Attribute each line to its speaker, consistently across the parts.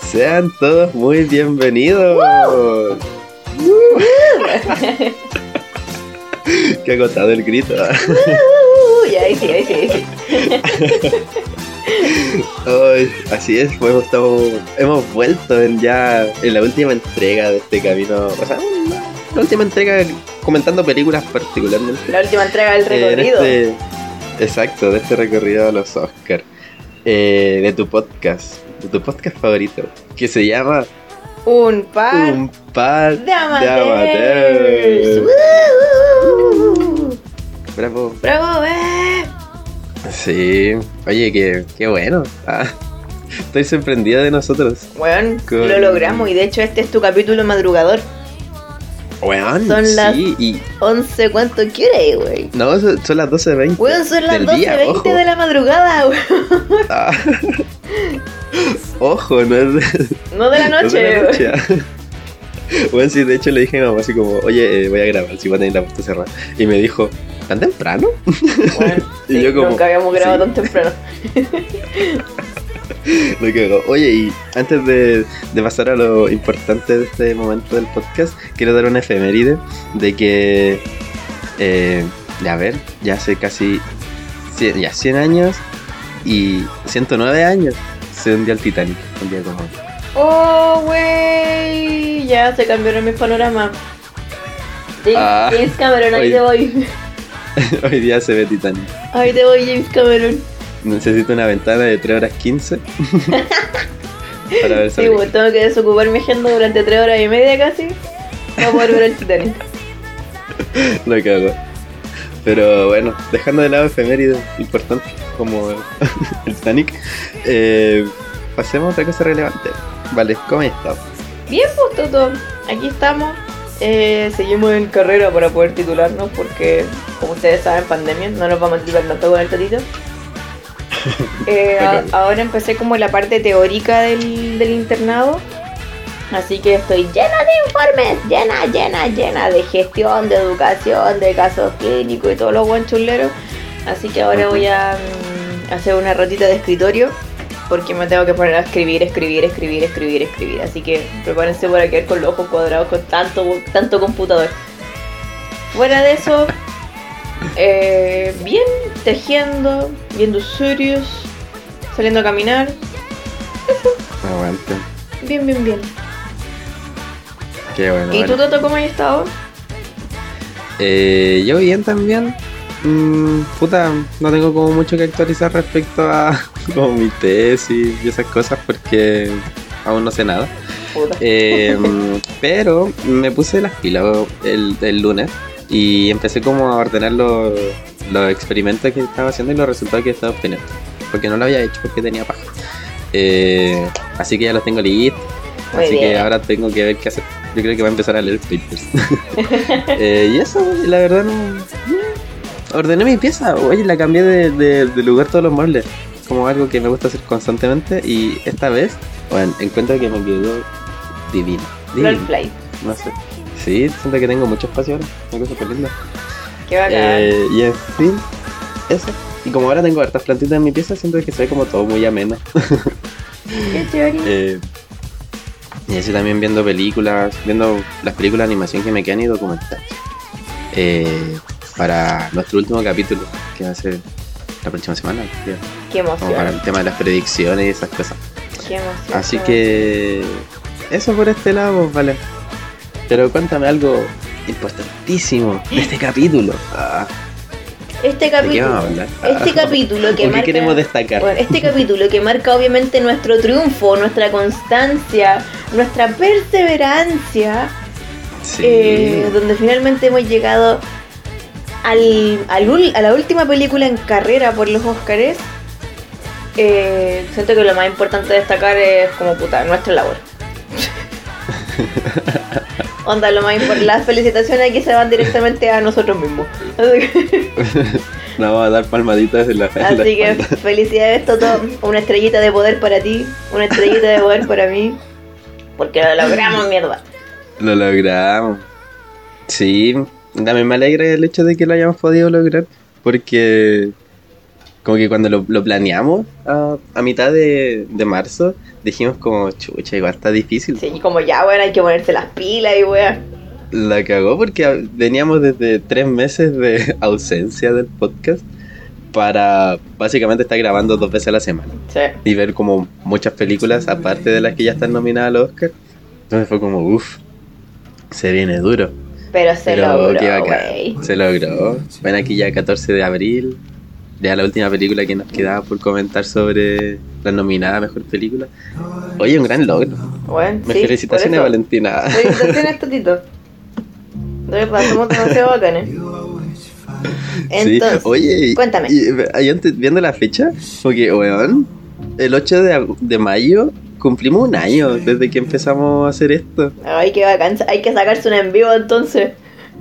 Speaker 1: Sean todos muy bienvenidos. Qué agotado el grito.
Speaker 2: Ya, ahí sí.
Speaker 1: Ay, así es, pues hemos vuelto en la última entrega de este camino. O sea, la última entrega comentando películas particularmente.
Speaker 2: La última entrega del recorrido.
Speaker 1: Exacto, de este recorrido a los Oscars. De tu podcast favorito, que se llama
Speaker 2: Un par
Speaker 1: de
Speaker 2: amateurs.
Speaker 1: Bravo.
Speaker 2: ¡Bravo,
Speaker 1: Sí, oye, qué bueno. Estoy sorprendido de nosotros.
Speaker 2: Bueno, lo logramos y de hecho este es tu capítulo madrugador.
Speaker 1: Weón,
Speaker 2: son las
Speaker 1: sí,
Speaker 2: 11, ¿cuánto quieres, güey?
Speaker 1: No, son las 12:20.
Speaker 2: Weón, son las 12:20 de la madrugada, weón.
Speaker 1: Ojo, no es
Speaker 2: no de la noche,
Speaker 1: weón. Bueno, sí, de hecho le dije a mi mamá así como, oye, voy a grabar, si voy a tener la puerta cerrada. Y me dijo, ¿tan temprano?
Speaker 2: Bueno,
Speaker 1: y
Speaker 2: sí,
Speaker 1: yo como,
Speaker 2: nunca habíamos grabado
Speaker 1: sí.
Speaker 2: tan temprano.
Speaker 1: Me cago. Oye, y antes de pasar a lo importante de este momento del podcast, quiero dar una efeméride de que, ya hace casi 100 años y 109 años se hundió el Titanic, un día como hoy.
Speaker 2: Oh, wey, ya se cambiaron mis panoramas. James Cameron, ahí te voy.
Speaker 1: Hoy día se ve Titanic.
Speaker 2: Ahí te voy, James Cameron.
Speaker 1: Necesito una ventana de 3 horas 15 para ver.
Speaker 2: Sí, pues tengo que desocupar mi agenda durante 3 horas y media casi para poder ver el Titanic.
Speaker 1: Lo cago. Pero bueno, dejando de lado efemérides importantes como el Titanic, pasemos a otra cosa relevante. Vale, ¿cómo estás?
Speaker 2: Bien, pues Toto, aquí estamos. Seguimos en carrera para poder titularnos porque, como ustedes saben, pandemia, no nos vamos a titular tanto con el tatito. Ahora empecé como la parte teórica del internado, así que estoy llena de informes, llena de gestión, de educación, de casos clínicos y todos los guanchuleros. Así que ahora voy a hacer una ratita de escritorio porque me tengo que poner a escribir. Así que prepárense para quedar con los ojos cuadrados con tanto computador. Fuera de eso, bien, tejiendo, viendo series, saliendo a caminar. Eso.
Speaker 1: Aguante.
Speaker 2: Bien.
Speaker 1: Qué bueno.
Speaker 2: ¿Y tú, Toto, cómo has estado?
Speaker 1: Yo bien también. No tengo como mucho que actualizar respecto a como mi tesis y esas cosas porque aún no sé nada. Pero me puse las pilas el lunes y empecé como a ordenar los experimentos que estaba haciendo y los resultados que estaba obteniendo, porque no lo había hecho porque tenía paja. Así que ya los tengo listos.
Speaker 2: Muy
Speaker 1: así
Speaker 2: bien.
Speaker 1: Que ahora tengo que ver qué hacer. Yo creo que voy a empezar a leer papers. Y eso, la verdad no. Ordené mi pieza, oye, la cambié de lugar todos los muebles, como algo que me gusta hacer constantemente, y esta vez, bueno, encuentro que me quedó divino.
Speaker 2: Roleplay.
Speaker 1: No sé. Sí, siento que tengo mucho espacio ahora, una cosa súper linda.
Speaker 2: Qué bacán.
Speaker 1: Y en fin, eso. Y como ahora tengo hartas plantitas en mi pieza, siento que se ve como todo muy ameno.
Speaker 2: Qué chévere.
Speaker 1: Y así también viendo las películas de animación que me quedan y documentales. Para nuestro último capítulo, que va a ser la próxima semana.
Speaker 2: Qué emoción.
Speaker 1: Como para el tema de las predicciones y esas cosas.
Speaker 2: Qué emoción.
Speaker 1: Así que eso por este lado, pues, vale. Pero cuéntame algo importantísimo de este capítulo.
Speaker 2: Este
Speaker 1: ¿De qué vamos a hablar?
Speaker 2: capítulo que
Speaker 1: ¿O
Speaker 2: marca,
Speaker 1: qué queremos destacar?
Speaker 2: bueno, este capítulo que marca obviamente nuestro triunfo, nuestra constancia, nuestra perseverancia,
Speaker 1: Sí.
Speaker 2: donde finalmente hemos llegado a la última película en carrera por los Óscares. Siento que lo más importante de destacar es como nuestra labor. Onda, lo más importante, las felicitaciones aquí se van directamente a nosotros mismos.
Speaker 1: Nos vamos a dar palmaditas en la
Speaker 2: Así que felicidades, Toto, una estrellita de poder para ti, una estrellita de poder para mí, porque lo logramos, mierda.
Speaker 1: Lo logramos. Sí, también me alegra el hecho de que lo hayamos podido lograr, porque Como que cuando lo planeamos a mitad de marzo, dijimos como, chucha, igual está difícil.
Speaker 2: Sí, y como ya, bueno, hay que ponerse las pilas y weón.
Speaker 1: La cagó porque veníamos desde 3 meses de ausencia del podcast para básicamente estar grabando 2 veces a la semana.
Speaker 2: Sí.
Speaker 1: Y ver como muchas películas aparte de las que ya están nominadas al Oscar. Entonces fue como, uff, se viene duro.
Speaker 2: Pero se logró,
Speaker 1: qué bacán,
Speaker 2: güey.
Speaker 1: se logró. Bueno, aquí ya 14 de abril, ya la última película que nos quedaba por comentar sobre la nominada a Mejor Película. Oye, un gran logro.
Speaker 2: Bueno,
Speaker 1: Me
Speaker 2: sí,
Speaker 1: felicitaciones,
Speaker 2: por eso.
Speaker 1: Valentina.
Speaker 2: Felicitaciones, Totito. De verdad, somos demasiado bacanes. Entonces,
Speaker 1: Sí. Oye,
Speaker 2: cuéntame.
Speaker 1: Ahí antes, viendo la fecha, porque, weón, el 8 de mayo cumplimos 1 año desde que empezamos a hacer esto.
Speaker 2: Ay, qué bacán. Hay que sacarse un en vivo entonces.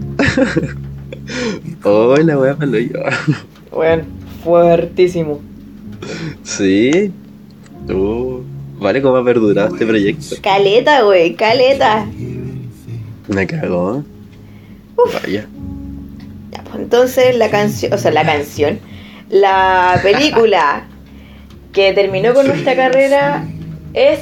Speaker 1: Oh, la weá me lo yo.
Speaker 2: Bueno, fuertísimo.
Speaker 1: Sí. Vale, cómo ha perdurado este proyecto.
Speaker 2: Caleta, güey, caleta.
Speaker 1: Me cagó. Vaya.
Speaker 2: Ya, pues entonces la canción, la película que terminó con nuestra carrera es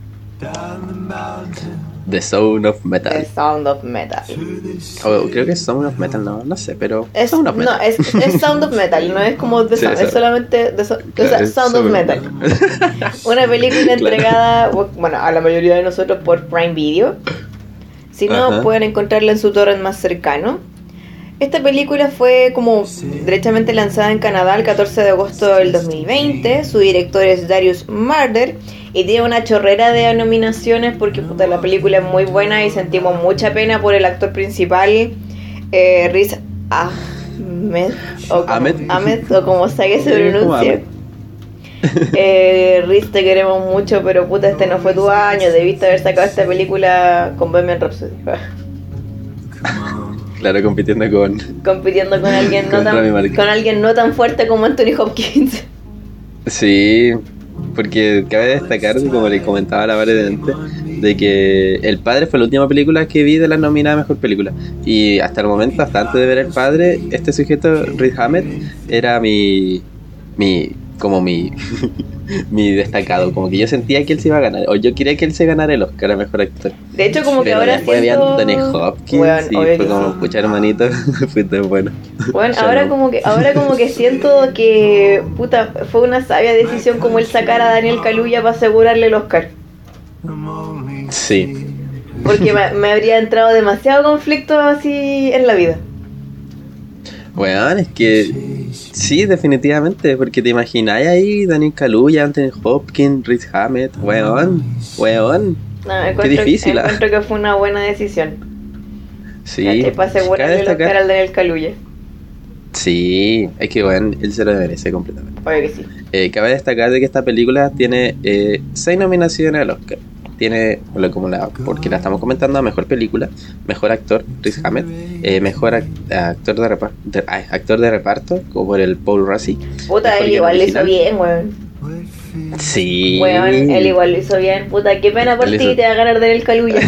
Speaker 1: The Sound of
Speaker 2: The
Speaker 1: Metal.
Speaker 2: Sound of Metal.
Speaker 1: Oh, creo que es Sound of Metal, no sé, pero Sound of
Speaker 2: No,
Speaker 1: Metal.
Speaker 2: es Sound of Metal, no es como The
Speaker 1: Sí,
Speaker 2: Sound,
Speaker 1: eso.
Speaker 2: es solamente
Speaker 1: Claro, es
Speaker 2: Sound of Metal. Una película entregada, bueno, a la mayoría de nosotros por Prime Video. Si no,
Speaker 1: Ajá.
Speaker 2: pueden encontrarla en su torrent más cercano. Esta película fue como derechamente lanzada en Canadá el 14 de agosto del 2020. Su director es Darius Marder y tiene una chorrera de nominaciones porque puta, la película es muy buena y sentimos mucha pena por el actor principal, Riz Ahmed, Ahmed, o como sea que se
Speaker 1: Sí, como
Speaker 2: pronuncie. Riz, te queremos mucho, pero puta, este no fue tu año. Debiste haber sacado esta película con Bohemian Rhapsody.
Speaker 1: Claro, compitiendo con...
Speaker 2: Compitiendo con alguien no
Speaker 1: Con Rami Malek.
Speaker 2: con alguien no tan fuerte como Anthony Hopkins.
Speaker 1: Sí, porque cabe destacar, como le comentaba la Vale delante, de que El Padre fue la última película que vi de la nominada a Mejor Película. Y hasta el momento, hasta antes de ver El Padre, este sujeto, Riz Ahmed, era mi mi destacado. Como que yo sentía que él se iba a ganar, o yo quería que él se ganara el Oscar a Mejor Actor.
Speaker 2: De hecho, como que
Speaker 1: Pero
Speaker 2: ahora
Speaker 1: después había
Speaker 2: siento...
Speaker 1: Anthony Hopkins,
Speaker 2: Weón,
Speaker 1: y
Speaker 2: obvio
Speaker 1: fue
Speaker 2: que
Speaker 1: como,
Speaker 2: sí.
Speaker 1: pucha hermanito, fuiste bueno.
Speaker 2: Bueno,
Speaker 1: Ya
Speaker 2: ahora
Speaker 1: no.
Speaker 2: como que siento que puta, fue una sabia decisión como él sacar a Daniel Kaluuya para asegurarle el Oscar.
Speaker 1: Sí.
Speaker 2: Porque me habría entrado demasiado conflicto así en la vida.
Speaker 1: Weón, es que sí, definitivamente, porque te imagináis ahí Daniel Kaluuya, Anthony Hopkins, Riz Ahmed, weón.
Speaker 2: No, encuentro,
Speaker 1: difícil, ¿ah?
Speaker 2: encuentro que fue una buena decisión.
Speaker 1: Sí,
Speaker 2: Para asegurarle
Speaker 1: cabe
Speaker 2: el Oscar
Speaker 1: destacar.
Speaker 2: al Daniel Kaluuya.
Speaker 1: Sí, es que weón, él se lo merece completamente.
Speaker 2: Obvio que sí.
Speaker 1: Cabe destacar de que esta película tiene 6 nominaciones al Oscar. Tiene, porque la estamos comentando, a Mejor Película, Mejor Actor, Riz Ahmed, Mejor actor de reparto, como por el Paul Rassi.
Speaker 2: Puta,
Speaker 1: Mejor
Speaker 2: él
Speaker 1: guion
Speaker 2: igual lo hizo
Speaker 1: original.
Speaker 2: bien, weón.
Speaker 1: Sí.
Speaker 2: Weón, él igual lo hizo bien. Puta, qué pena por
Speaker 1: Él
Speaker 2: ti,
Speaker 1: hizo-
Speaker 2: te va a ganar Daniel Kaluuya.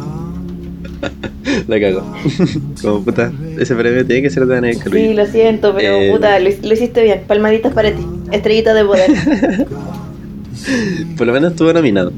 Speaker 1: La cagó. Como puta, ese premio tiene que ser de Daniel Kaluuya.
Speaker 2: Sí, lo siento, pero puta, lo hiciste bien. Palmaditas para ti. Estrellita de poder.
Speaker 1: Por lo menos estuvo nominado.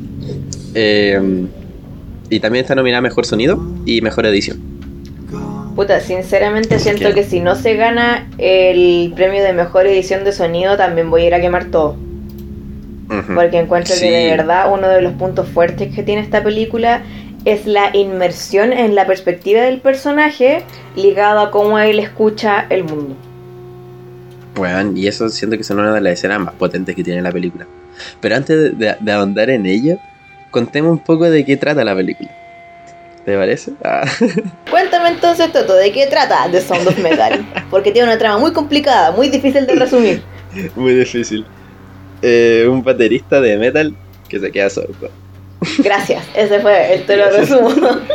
Speaker 1: Y también está nominada Mejor Sonido y Mejor Edición.
Speaker 2: Puta, sinceramente
Speaker 1: Así
Speaker 2: siento
Speaker 1: que-
Speaker 2: que si no se gana el premio de mejor edición de sonido, también voy a ir a quemar todo.
Speaker 1: Ujú.
Speaker 2: Porque encuentro
Speaker 1: Sí.
Speaker 2: que de verdad uno de los puntos fuertes que tiene esta película es la inmersión en la perspectiva del personaje ligado a cómo él escucha el mundo.
Speaker 1: Bueno, y eso siento que son una de las escenas más potentes que tiene la película. Pero antes de ahondar en ello, contemos un poco de qué trata la película. ¿Te parece? Ah.
Speaker 2: Cuéntame entonces, Toto, ¿de qué trata The Sound of Metal? Porque tiene una trama muy complicada, muy difícil de resumir.
Speaker 1: Muy difícil. Un baterista de metal que se queda sordo.
Speaker 2: Gracias, ese fue, te lo resumo.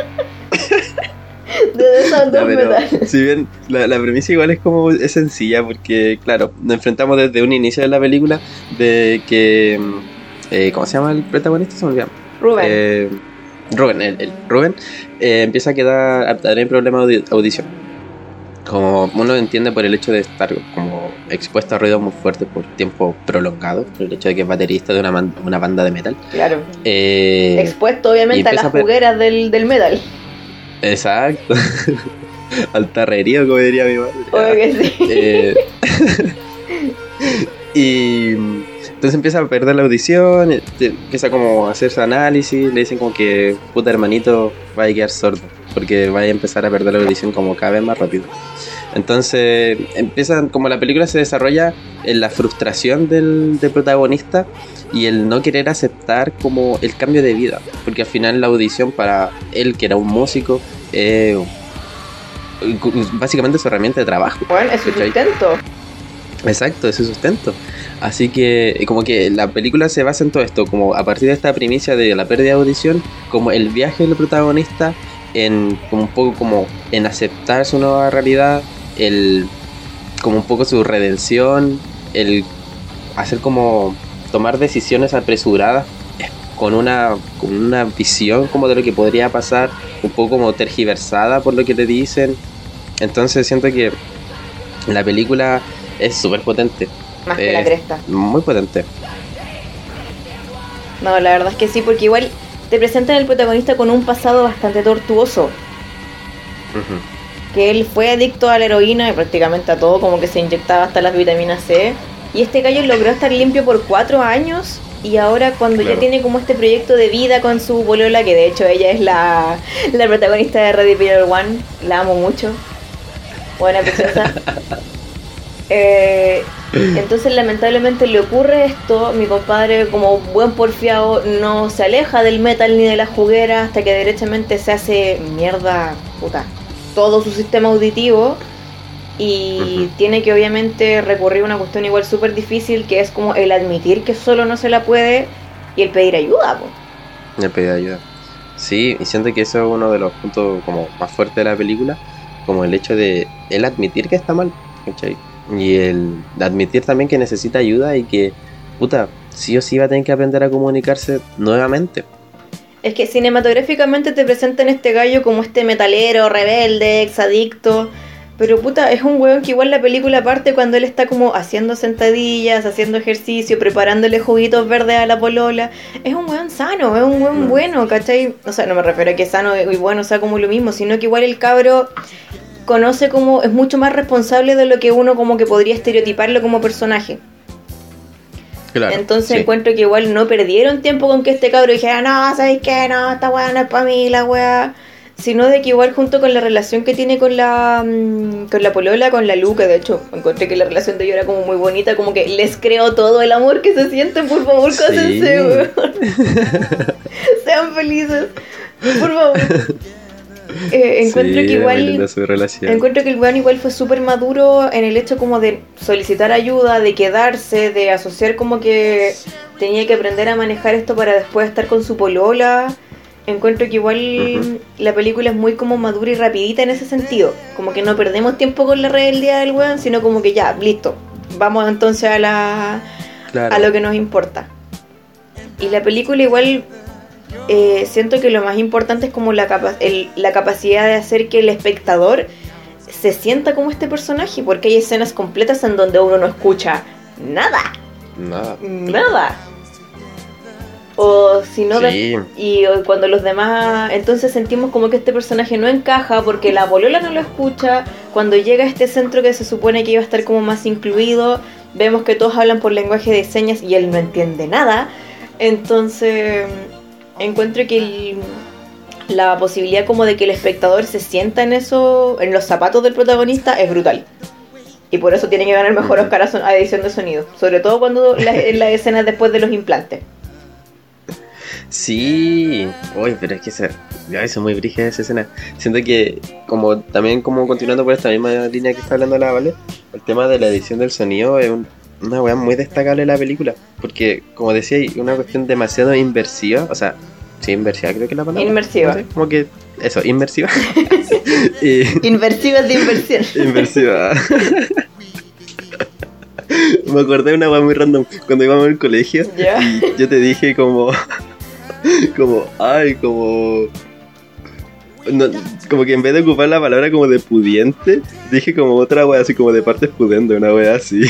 Speaker 2: De The Sound
Speaker 1: Ya,
Speaker 2: of
Speaker 1: pero
Speaker 2: Metal.
Speaker 1: si bien la premisa igual es sencilla, porque claro, nos enfrentamos desde un inicio de la película de que ¿cómo se llama el protagonista? Se me olvidó.
Speaker 2: Rubén.
Speaker 1: Rubén, el Rubén empieza a tener problemas de audición. Como uno entiende por el hecho de estar como expuesto a ruidos muy fuertes por tiempo prolongado, por el hecho de que es baterista de una banda de metal.
Speaker 2: Claro. Expuesto obviamente a las jugueras del metal.
Speaker 1: Exacto. Al tarrerío, como diría mi madre.
Speaker 2: Obvio que sí.
Speaker 1: Y entonces empieza a perder la audición, empieza como a hacerse análisis, le dicen como que puta hermanito va a quedar sordo, porque va a empezar a perder la audición como cada vez más rápido. Entonces empiezan, como la película se desarrolla en la frustración del protagonista y el no querer aceptar como el cambio de vida, porque al final la audición para él, que era un músico, básicamente es su herramienta de trabajo.
Speaker 2: Bueno, es su sustento.
Speaker 1: Exacto, es su sustento. Así que como que la película se basa en todo esto, como a partir de esta primicia de la pérdida de audición, como el viaje del protagonista en como un poco como en aceptar su nueva realidad, como un poco su redención, el hacer como tomar decisiones apresuradas con una visión como de lo que podría pasar, un poco como tergiversada por lo que te dicen. Entonces siento que la película es súper potente.
Speaker 2: Más que la cresta.
Speaker 1: Muy potente.
Speaker 2: No, la verdad es que sí, porque igual te presentan al protagonista con un pasado bastante tortuoso. Uh-huh. Que él fue adicto a la heroína y prácticamente a todo, como que se inyectaba hasta las vitaminas C. Y este gallo logró estar limpio por 4 años. Y ahora cuando ya tiene como este proyecto de vida con su polola, que de hecho ella es la protagonista de Ready Player One, la amo mucho. Buena preciosa. Entonces lamentablemente le ocurre esto. Mi compadre, como buen porfiado, no se aleja del metal ni de la juguera hasta que derechamente se hace mierda, puta, todo su sistema auditivo. Y tiene que obviamente recurrir a una cuestión igual súper difícil, que es como el admitir que solo no se la puede y el pedir ayuda, po.
Speaker 1: El pedir ayuda. Sí, y siento que eso es uno de los puntos como más fuertes de la película, como el hecho de él admitir que está mal, ¿cachai? Y el admitir también que necesita ayuda y que, puta, sí o sí va a tener que aprender a comunicarse nuevamente.
Speaker 2: Es que cinematográficamente te presentan este gallo como este metalero, rebelde, exadicto. Pero puta, es un weón que igual la película parte cuando él está como haciendo sentadillas, haciendo ejercicio, preparándole juguitos verdes a la polola. Es un weón sano, es un weón bueno, ¿cachai? O sea, no me refiero a que sano y bueno sea como lo mismo, sino que igual el cabro conoce como, es mucho más responsable de lo que uno como que podría estereotiparlo como personaje. Claro, entonces sí. Encuentro que igual no perdieron tiempo con que este cabro dijera, no, ¿sabes qué? No, esta weá no es para mí, la weá. Sino de que igual junto con la relación que tiene con la polola, con la Luca, de hecho, encontré que la relación de ellos era como muy bonita, como que les creo todo el amor que se sienten, por favor, cásense, weón. Sean felices, por favor. Encuentro que igual encuentro que el weón igual fue súper maduro en el hecho como de solicitar ayuda, de quedarse, de asociar como que tenía que aprender a manejar esto para después estar con su polola. Encuentro que igual la película es muy como madura y rapidita en ese sentido. Como que no perdemos tiempo con la rebeldía del weón, sino como que ya, listo. Vamos entonces a lo que nos importa. Y la película igual siento que lo más importante es como la capacidad de hacer que el espectador se sienta como este personaje. Porque hay escenas completas en donde uno no escucha nada. Nada. O si no, sí. Y cuando los demás, entonces sentimos como que este personaje no encaja porque la polola no lo escucha. Cuando llega a este centro que se supone que iba a estar como más incluido, vemos que todos hablan por lenguaje de señas y él no entiende nada. Entonces encuentro que la posibilidad como de que el espectador se sienta en los zapatos del protagonista es brutal. Y por eso tiene que ganar el mejor Oscar a edición de sonido, sobre todo cuando en las escenas después de los implantes.
Speaker 1: Sí, uy, pero es que eso es muy brígida esa escena. Siento que también continuando por esta misma línea que está hablando la Vale, el tema de la edición del sonido es una weá muy destacable de la película, porque como decía, hay una cuestión demasiado inversiva, o sea, sí, inversiva creo que es la palabra.
Speaker 2: Inmersiva.
Speaker 1: No sé, como que eso, inmersiva.
Speaker 2: Inversiva de inversión.
Speaker 1: Inversiva. Me acordé de una weá muy random cuando íbamos al colegio.
Speaker 2: ¿Ya?
Speaker 1: Y yo te dije como no, como que en vez de ocupar la palabra como de pudiente, dije como otra wea así como de partes pudendo, una wea así.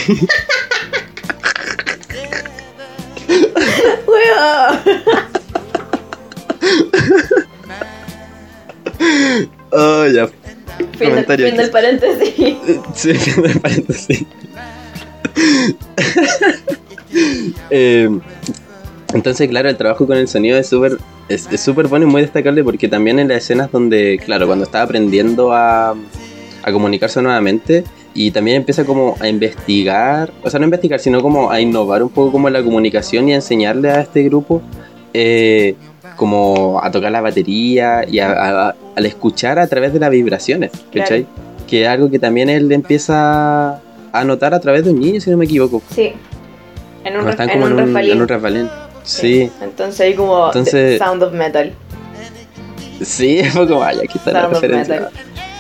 Speaker 1: Oh, ya. Comentario.
Speaker 2: Fin del paréntesis.
Speaker 1: Sí, fin del paréntesis. Entonces, claro, el trabajo con el sonido es súper bueno y muy destacable porque también en las escenas donde, claro, cuando está aprendiendo a comunicarse nuevamente y también empieza como a investigar, o sea, no investigar, sino como a innovar un poco como la comunicación y a enseñarle a este grupo como a tocar la batería y al escuchar a través de las vibraciones, ¿cachai? Claro. Que es algo que también él empieza a notar a través de un niño, si no me equivoco.
Speaker 2: Sí. En un
Speaker 1: refalín. Sí.
Speaker 2: Entonces hay como Sound of Metal.
Speaker 1: Sí, fue como, ay, aquí está Sound la referencia.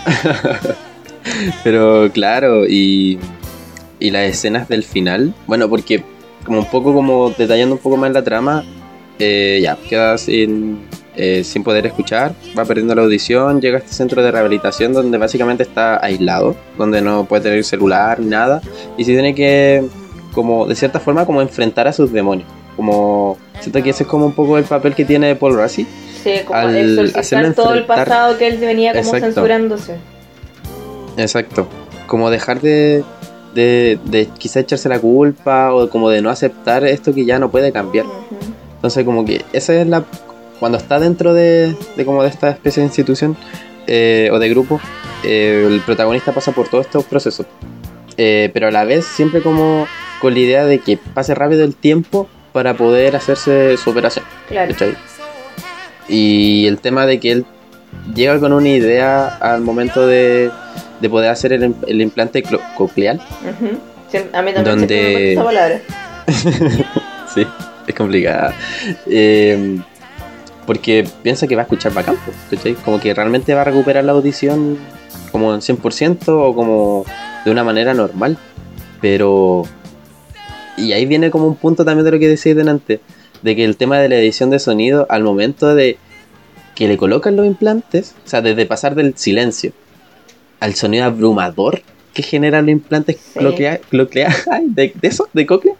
Speaker 1: Pero claro, y las escenas del final, bueno, porque como un poco como detallando un poco más la trama, ya, queda sin poder escuchar, va perdiendo la audición, llega a este centro de rehabilitación donde básicamente está aislado, donde no puede tener celular ni nada, y se tiene que, como de cierta forma, como enfrentar a sus demonios. Como siento que ese es como un poco el papel que tiene Paul Raci.
Speaker 2: Sí, como exorcizar todo el pasado que él venía como censurándose.
Speaker 1: Exacto, como dejar de quizá echarse la culpa o como de no aceptar esto que ya no puede cambiar. Entonces como que esa es cuando está dentro de como de esta especie de institución o de grupo, el protagonista pasa por todos estos procesos, pero a la vez siempre como con la idea de que pase rápido el tiempo para poder hacerse su operación.
Speaker 2: Claro.
Speaker 1: ¿Cachai? Y el tema de que él llega con una idea al momento de poder hacer el implante coclear.
Speaker 2: Sí, a mí también me esa palabra.
Speaker 1: Sí, es complicada. Porque piensa que va a escuchar bacán, ¿cachai? Como que realmente va a recuperar la audición como en 100% o como de una manera normal. Pero... Y ahí viene como un punto también de lo que decías delante, de que el tema de la edición de sonido, al momento de que le colocan los implantes, o sea, desde pasar del silencio al sonido abrumador que generan los implantes cocleares, de cóclea,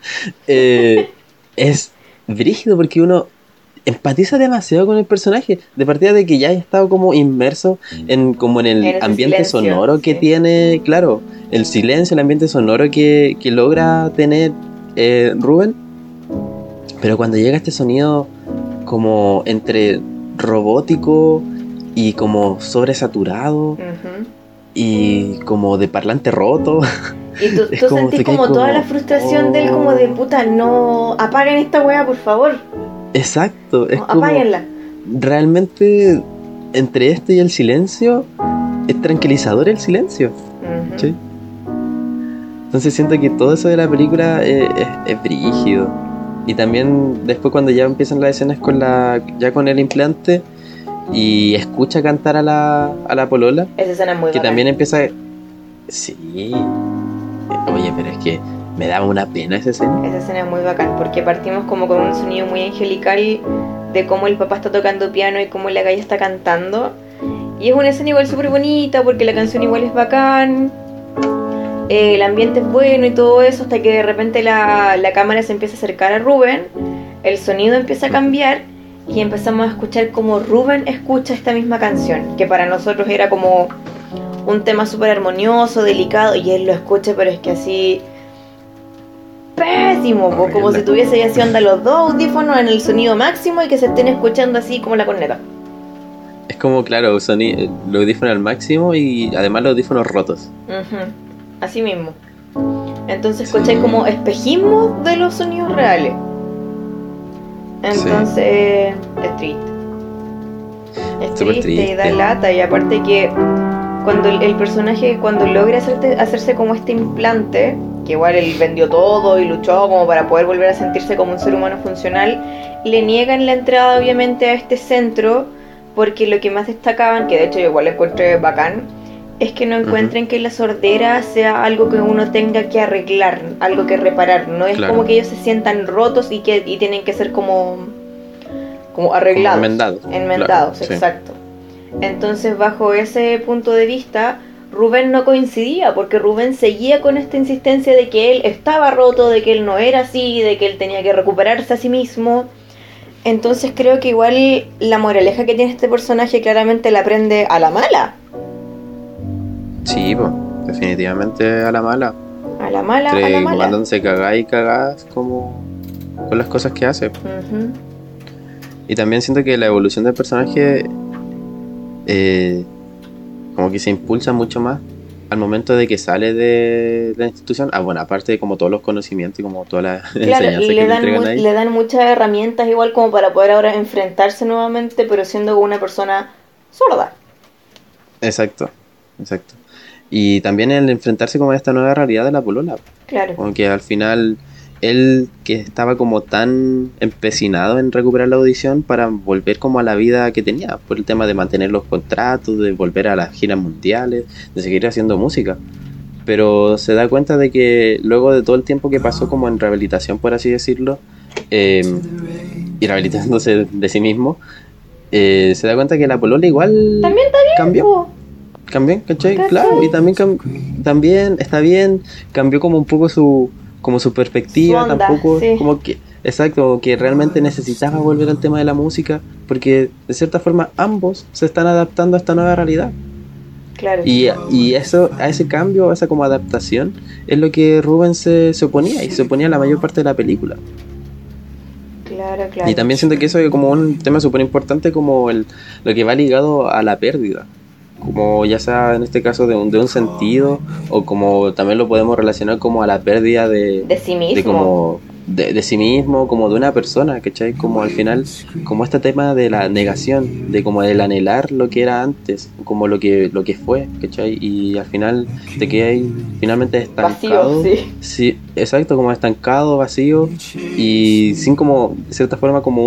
Speaker 1: es brígido porque uno empatiza demasiado con el personaje, de partida de que ya haya estado como inmerso en el ambiente sonoro que tiene, claro, el silencio, el ambiente sonoro que logra tener Rubén, pero cuando llega este sonido como entre robótico y como sobresaturado y como de parlante roto.
Speaker 2: Y tú sentís como toda la frustración de él, como de puta, no apaguen esta weá, por favor.
Speaker 1: Exacto, es como
Speaker 2: apáguenla.
Speaker 1: Realmente entre esto y el silencio es tranquilizador el silencio. ¿Sí? Entonces siento que todo eso de la película es brígido. Y también después cuando ya empiezan las escenas ya con el implante y escucha cantar a la polola.
Speaker 2: Esa escena es muy
Speaker 1: que
Speaker 2: bacán.
Speaker 1: También empieza... Sí. Oye, pero es que me daba una pena esa escena.
Speaker 2: Esa escena es muy bacán porque partimos como con un sonido muy angelical de cómo el papá está tocando piano y cómo la galla está cantando. Y es una escena igual súper bonita porque la canción igual es bacán. El ambiente es bueno y todo eso, hasta que de repente la cámara se empieza a acercar a Rubén, el sonido empieza a cambiar y empezamos a escuchar como Rubén escucha esta misma canción, que para nosotros era como un tema súper armonioso, delicado, y él lo escucha, pero es que así pésimo, como si tuviese así onda los dos audífonos en el sonido máximo y que se estén escuchando así como la corneta.
Speaker 1: Es como, claro, los audífonos al máximo y además los audífonos rotos.
Speaker 2: Así mismo. Entonces escucháis como espejismo de los sonidos reales. Entonces es triste. Es triste y da lata. Y aparte que cuando el personaje cuando logra hacerse como este implante, que igual él vendió todo y luchó como para poder volver a sentirse como un ser humano funcional, le niegan la entrada obviamente a este centro, porque lo que más destacaban, que de hecho yo igual lo encontré bacán, es que no encuentren que la sordera sea algo que uno tenga que arreglar, algo que reparar. No es como que ellos se sientan rotos y tienen que ser como arreglados.
Speaker 1: Como enmendados.
Speaker 2: Enmendados, claro, exacto. Entonces, bajo ese punto de vista, Rubén no coincidía, porque Rubén seguía con esta insistencia de que él estaba roto, de que él no era así, de que él tenía que recuperarse a sí mismo. Entonces creo que igual la moraleja que tiene este personaje claramente la aprende a la mala.
Speaker 1: Sí, pues, definitivamente a la mala.
Speaker 2: A la mala, a la mala.
Speaker 1: Mandándose cagás y cagás como con las cosas que hace.
Speaker 2: Uh-huh.
Speaker 1: Y también siento que la evolución del personaje como que se impulsa mucho más al momento de que sale de la institución. Bueno, aparte de como todos los conocimientos y como toda la enseñanza que le entregan ahí.
Speaker 2: Le dan muchas herramientas igual como para poder ahora enfrentarse nuevamente, pero siendo una persona sorda.
Speaker 1: Exacto. Y también el enfrentarse como a esta nueva realidad de la polola.
Speaker 2: Claro.
Speaker 1: Como que al final él, que estaba como tan empecinado en recuperar la audición para volver como a la vida que tenía, por el tema de mantener los contratos, de volver a las giras mundiales, de seguir haciendo música. Pero se da cuenta de que luego de todo el tiempo que pasó como en rehabilitación, por así decirlo, y rehabilitándose de sí mismo, se da cuenta que la polola igual
Speaker 2: también está bien,
Speaker 1: cambió. Cambió, ¿cachai? Claro, y también está bien, cambió como un poco su perspectiva,
Speaker 2: su onda,
Speaker 1: tampoco,
Speaker 2: sí.
Speaker 1: como que, exacto, que realmente necesitaba volver al tema de la música, porque de cierta forma ambos se están adaptando a esta nueva realidad.
Speaker 2: Claro.
Speaker 1: Y eso, a ese cambio, a esa como adaptación, es lo que Rubén se oponía, y se oponía a la mayor parte de la película.
Speaker 2: Claro.
Speaker 1: Y también siento que eso es como un tema súper importante, como lo que va ligado a la pérdida. Como ya sea en este caso de un sentido, o como también lo podemos relacionar como a la pérdida de
Speaker 2: sí mismo,
Speaker 1: de sí mismo, como de una persona, ¿cachai? Como al final, como este tema de la negación, de como del anhelar lo que era antes, como lo que fue, ¿cachai? Y al final te quedas ahí finalmente estancado.
Speaker 2: Vacío, sí.
Speaker 1: Sí, exacto, como estancado, vacío, y sin como, de cierta forma, como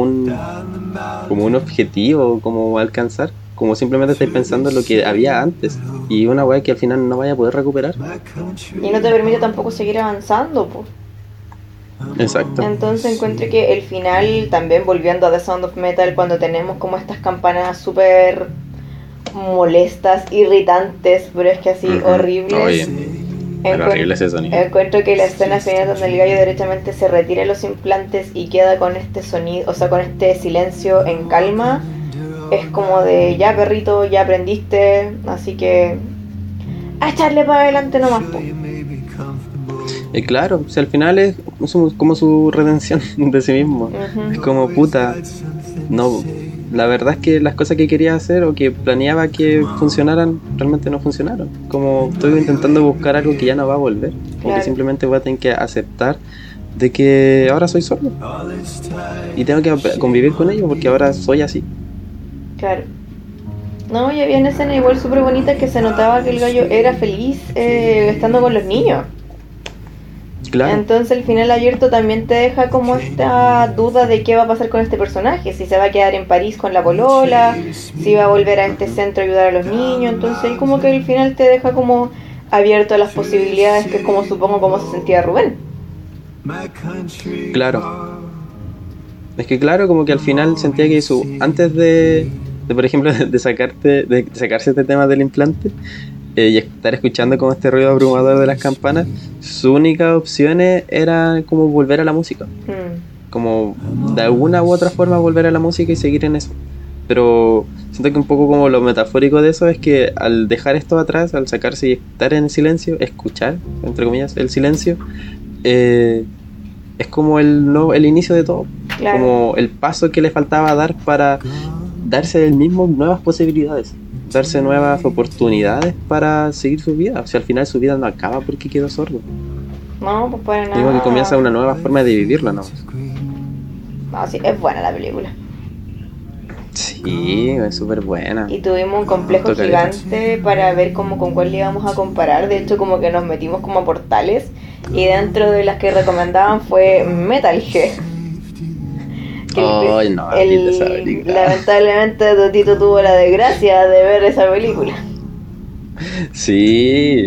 Speaker 1: un objetivo, como alcanzar. Como simplemente estáis pensando en lo que había antes, y una weá que al final no vaya a poder recuperar.
Speaker 2: Y no te permite tampoco seguir avanzando, pues.
Speaker 1: Exacto.
Speaker 2: Entonces encuentro que el final, también volviendo a The Sound of Metal, cuando tenemos como estas campanas súper molestas, irritantes, pero es que así horribles.
Speaker 1: Oye, pero horrible ese sonido.
Speaker 2: Encuentro que la escena final donde el gallo derechamente se retira los implantes y queda con este sonido, o sea, con este silencio en calma, es como de ya perrito, ya aprendiste, así que a echarle para adelante nomás, po.
Speaker 1: Claro, si al final es como su redención de sí mismo.
Speaker 2: Uh-huh.
Speaker 1: Es como puta, no, la verdad es que las cosas que quería hacer o que planeaba que funcionaran realmente no funcionaron. Como estoy intentando buscar algo que ya no va a volver, como
Speaker 2: claro,
Speaker 1: que simplemente voy a tener que aceptar de que ahora soy sordo y tengo que convivir con ello porque ahora soy así.
Speaker 2: Claro. No, y había una escena igual súper bonita que se notaba que el gallo era feliz estando con los niños.
Speaker 1: Claro.
Speaker 2: Entonces el final abierto también te deja como esta duda de qué va a pasar con este personaje, si se va a quedar en París con la polola, si va a volver a este centro a ayudar a los niños. Entonces ahí como que el final te deja como abierto a las posibilidades, que es como supongo cómo se sentía Rubén.
Speaker 1: Claro. Es que claro, como que al final sentía que antes de por ejemplo, de sacarse este tema del implante, y estar escuchando como este ruido abrumador de las campanas, su única opción era como volver a la música. Como de alguna u otra forma volver a la música y seguir en eso. Pero siento que un poco como lo metafórico de eso es que al dejar esto atrás, al sacarse y estar en el silencio, escuchar, entre comillas, el silencio, es como el inicio de todo. Claro. Como el paso que le faltaba dar para darse él mismo nuevas posibilidades, darse nuevas oportunidades para seguir su vida. O sea, al final su vida no acaba porque quedó sordo.
Speaker 2: No, pues para nada.
Speaker 1: Digo que comienza una nueva forma de vivirla, ¿no?
Speaker 2: No, sí, es buena la película.
Speaker 1: Sí, es súper buena.
Speaker 2: Y tuvimos un complejo gigante para ver con cuál le íbamos a comparar. De hecho, como que nos metimos como a portales, y dentro de las que recomendaban fue Metal Gear.
Speaker 1: Ay, no, esa película.
Speaker 2: Lamentablemente Totito tuvo la desgracia de ver esa película.
Speaker 1: Sí.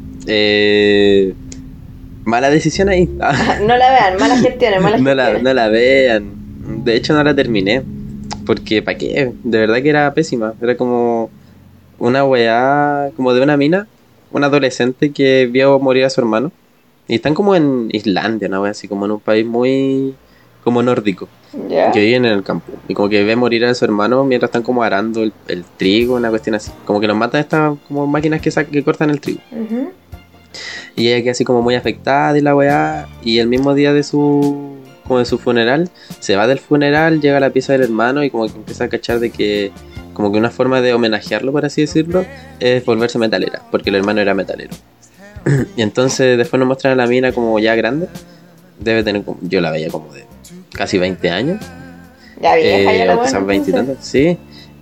Speaker 1: Mala decisión ahí.
Speaker 2: No la vean, malas gestiones, malas gestiones.
Speaker 1: No la vean. De hecho no la terminé. Porque, ¿para qué? De verdad que era pésima. Era como una weá, como de una mina, una adolescente que vio morir a su hermano. Y están como en Islandia, una weá así, como en un país muy como nórdico,
Speaker 2: ¿Ya?
Speaker 1: que viven en el campo. Y como que ve morir a su hermano mientras están como arando el trigo, una cuestión así. Como que los matan estas como máquinas que cortan el trigo.
Speaker 2: Ujú.
Speaker 1: Y ella queda así como muy afectada y la weá. Y el mismo día de su funeral, se va del funeral, llega a la pieza del hermano y como que empieza a cachar de que como que una forma de homenajearlo, por así decirlo, es volverse metalera, porque el hermano era metalero. Y entonces después nos muestran a la mina como ya grande. Debe tener como, yo la veía como de casi 20 años.
Speaker 2: Ya vieja, ya la
Speaker 1: O
Speaker 2: buena.
Speaker 1: quizás 20 y
Speaker 2: entonces.
Speaker 1: tantos, sí.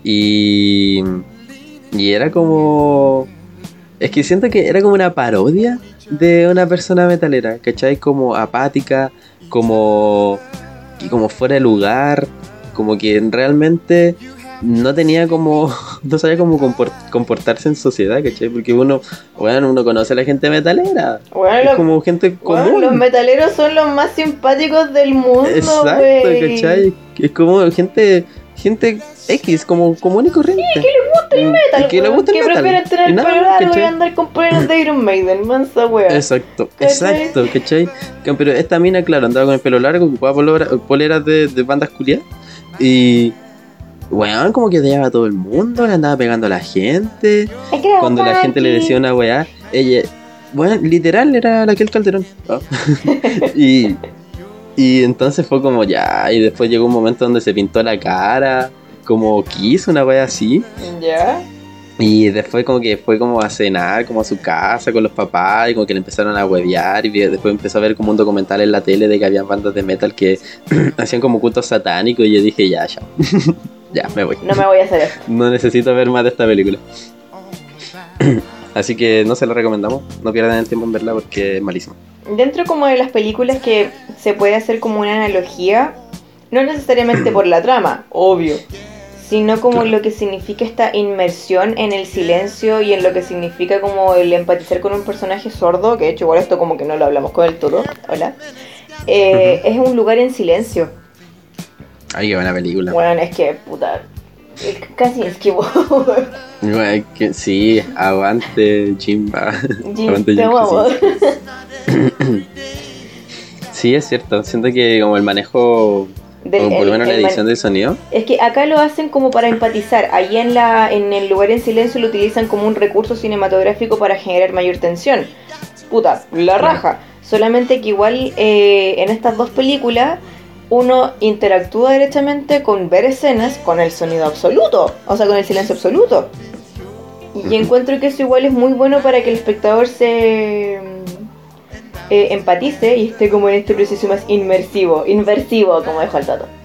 Speaker 1: Y era como... Es que siento que era como una parodia de una persona metalera, ¿cachai? Como apática, como fuera de lugar, como que realmente no tenía como, no sabía cómo comportarse en sociedad, ¿cachai? Porque uno conoce a la gente metalera,
Speaker 2: Bueno,
Speaker 1: es como gente
Speaker 2: bueno,
Speaker 1: común.
Speaker 2: los metaleros son los más simpáticos del mundo,
Speaker 1: Exacto,
Speaker 2: güey.
Speaker 1: ¿cachai? Es como gente X, como común y corriente.
Speaker 2: Que le gusta el metal,
Speaker 1: que le
Speaker 2: weón,
Speaker 1: gusta el
Speaker 2: que
Speaker 1: metal.
Speaker 2: prefieren tener
Speaker 1: Y
Speaker 2: el
Speaker 1: nada
Speaker 2: pelo
Speaker 1: más,
Speaker 2: largo y
Speaker 1: ¿cachai?
Speaker 2: andar con poleras de Iron Maiden, mansa wea.
Speaker 1: Exacto,
Speaker 2: ¿Cachai?
Speaker 1: exacto, ¿cachai? Pero esta mina, claro, andaba con el pelo largo, ocupaba poleras de bandas culiadas. Y, weón, como que odiaba a todo el mundo, le andaba pegando a la gente.
Speaker 2: Hay que
Speaker 1: Cuando la gente le decía una weá, ella, bueno, literal era Raquel Calderón. ¿No? y entonces fue como ya, y después llegó un momento donde se pintó la cara, como quiso, una weá así.
Speaker 2: ¿Ya?
Speaker 1: Y después como que fue como a cenar, como a su casa con los papás, y como que le empezaron a huevear, y después empezó a ver como un documental en la tele de que había bandas de metal que hacían como cultos satánicos, y yo dije, ya, ya, me voy.
Speaker 2: No me voy a hacer esto.
Speaker 1: No necesito ver más de esta película. Así que no se la recomendamos, no pierdan el tiempo en verla porque es malísima.
Speaker 2: Dentro como de las películas que se puede hacer como una analogía, no necesariamente por la trama, obvio, sino como
Speaker 1: Claro.
Speaker 2: lo que significa esta inmersión en el silencio y en lo que significa como el empatizar con un personaje sordo, que de hecho igual esto como que no lo hablamos con el todo, hola, es un lugar en silencio.
Speaker 1: Ay, qué buena película.
Speaker 2: Bueno, es que, puta, casi esquivo.
Speaker 1: Bueno, sí, aguante Jimba. Aguante
Speaker 2: Te
Speaker 1: Jim
Speaker 2: amo.
Speaker 1: Krasinski. Sí, es cierto, siento que como el manejo, o por lo menos la edición del sonido.
Speaker 2: Es que acá lo hacen como para empatizar. Allí en el lugar en silencio lo utilizan como un recurso cinematográfico para generar mayor tensión. Puta, la raja. Solamente que igual en estas dos películas uno interactúa directamente con ver escenas con el sonido absoluto. O sea, con el silencio absoluto. Y encuentro que eso igual es muy bueno para que el espectador se empatice y esté como en este proceso más inmersivo, como dijo el Tato.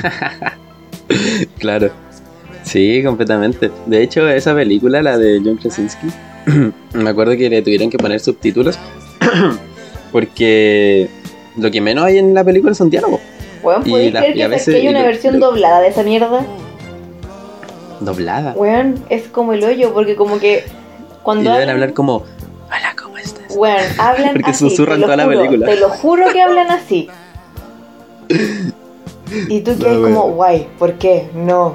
Speaker 1: Claro. Sí, completamente. De hecho, esa película, la de John Krasinski, me acuerdo que le tuvieron que poner subtítulos porque lo que menos hay en la película son diálogos.
Speaker 2: Weón, ¿podéis creer
Speaker 1: y a
Speaker 2: que
Speaker 1: veces-
Speaker 2: hay una versión doblada de esa mierda?
Speaker 1: Doblada.
Speaker 2: Weón, es como el hoyo, porque como que
Speaker 1: Y
Speaker 2: cuando
Speaker 1: deben hablar como, hola, ¿cómo estás?
Speaker 2: weón, hablan
Speaker 1: Porque
Speaker 2: así,
Speaker 1: susurran
Speaker 2: te lo
Speaker 1: toda la
Speaker 2: juro,
Speaker 1: película.
Speaker 2: te lo juro que hablan así. Y tú quedas
Speaker 1: No,
Speaker 2: como,
Speaker 1: weón.
Speaker 2: guay, ¿por qué? No,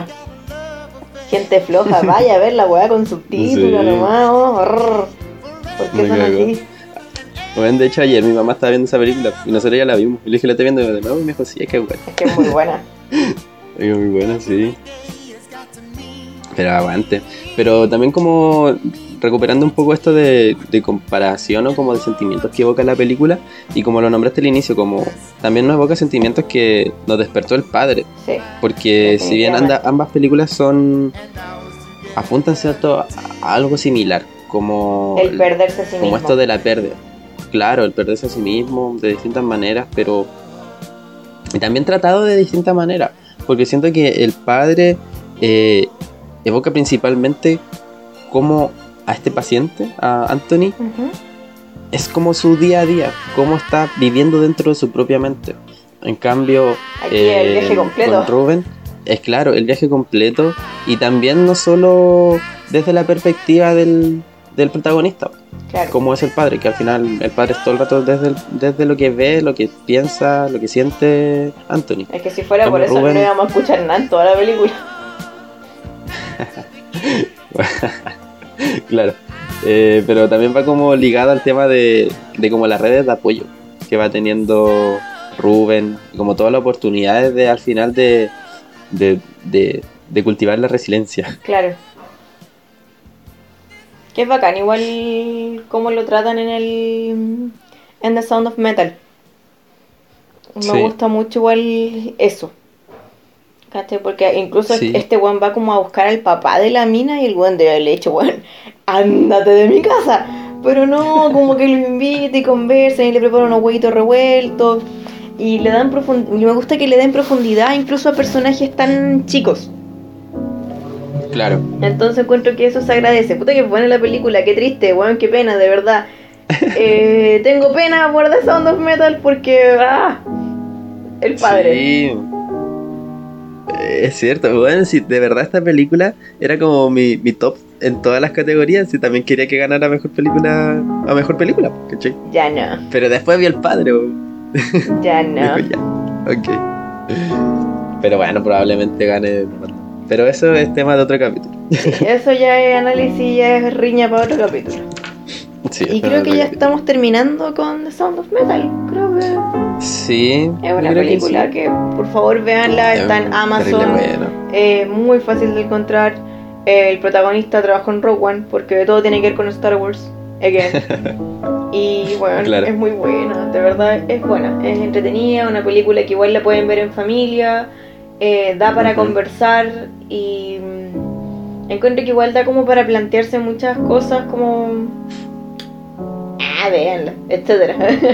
Speaker 2: gente floja, vaya a ver la weá con subtítulos
Speaker 1: Sí.
Speaker 2: nomás, ¿por qué
Speaker 1: Me
Speaker 2: son
Speaker 1: cagó.
Speaker 2: así?
Speaker 1: Bueno, de hecho ayer mi mamá estaba viendo esa película y nosotros ya la vimos. Y le dije, ¿la estás viendo de nuevo? Y me dijo, sí, es que es buena.
Speaker 2: Es que es muy buena.
Speaker 1: Es muy buena, sí. Pero aguante. Pero también como recuperando un poco esto de comparación o como de sentimientos que evoca la película. Y como lo nombraste al inicio, como también nos evoca sentimientos que nos despertó el padre.
Speaker 2: Sí.
Speaker 1: Porque si bien ambas películas apuntan cierto a algo similar. Como
Speaker 2: El perderse a sí
Speaker 1: como
Speaker 2: mismo.
Speaker 1: esto de la pérdida. Claro, el perderse a sí mismo de distintas maneras, pero y también tratado de distintas maneras, porque siento que el padre evoca principalmente como a este paciente, a Anthony,
Speaker 2: Ujú.
Speaker 1: es como su día a día, cómo está viviendo dentro de su propia mente. En cambio,
Speaker 2: Aquí el viaje completo.
Speaker 1: con Rubén es claro, el viaje completo y también no solo desde la perspectiva del del protagonista,
Speaker 2: Claro.
Speaker 1: como es el padre, que al final el padre es todo el rato desde lo que ve, lo que piensa, lo que siente Anthony.
Speaker 2: Es que si fuera
Speaker 1: Como
Speaker 2: por eso
Speaker 1: Rubén.
Speaker 2: no íbamos a escuchar nada en toda la película.
Speaker 1: Claro. Pero también va como ligado al tema de como las redes de apoyo que va teniendo Rubén, y como todas las oportunidades de al final de cultivar la resiliencia.
Speaker 2: Claro. Que es bacán, igual como lo tratan en The Sound of Metal. Me
Speaker 1: Sí.
Speaker 2: gusta mucho igual eso. ¿Cachai? Porque incluso
Speaker 1: Sí.
Speaker 2: este weón va como a buscar al papá de la mina y el weón debe haberle dicho, weón, ándate de mi casa. Pero no, como que lo invita y conversan y le prepara unos huevitos revueltos. Y le dan y me gusta que le den profundidad incluso a personajes tan chicos.
Speaker 1: Claro.
Speaker 2: Entonces encuentro que eso se agradece. Puta que buena la película, qué triste, weón, qué pena, de verdad. Tengo pena por The Sound of Metal porque... el padre.
Speaker 1: Sí. Es cierto, bueno, sí, de verdad esta película era como mi top en todas las categorías y también quería que ganara mejor película, ¿cachai?
Speaker 2: Ya no,
Speaker 1: Pero después vi el padre,
Speaker 2: ya no.
Speaker 1: dijo ya, ok. Pero bueno, probablemente gane. Pero eso es tema de otro capítulo.
Speaker 2: Sí, eso ya es análisis, ya es riña para otro capítulo.
Speaker 1: Sí,
Speaker 2: Y
Speaker 1: es
Speaker 2: creo
Speaker 1: tema
Speaker 2: que
Speaker 1: de
Speaker 2: ya
Speaker 1: otro
Speaker 2: estamos terminando con The Sound of Metal. Creo que
Speaker 1: capítulo. Sí.
Speaker 2: es
Speaker 1: yo
Speaker 2: una
Speaker 1: creo
Speaker 2: película que, por favor, véanla. Está en Amazon. Muy fácil de encontrar. El protagonista trabajó en Rogue One porque todo tiene que ver con Star Wars. Again. Y bueno,
Speaker 1: Claro.
Speaker 2: es muy buena, de verdad es buena, es entretenida, una película que igual la pueden ver en familia, da para
Speaker 1: Ujú.
Speaker 2: conversar y encuentro que igual da como para plantearse muchas cosas como véanla, etcétera.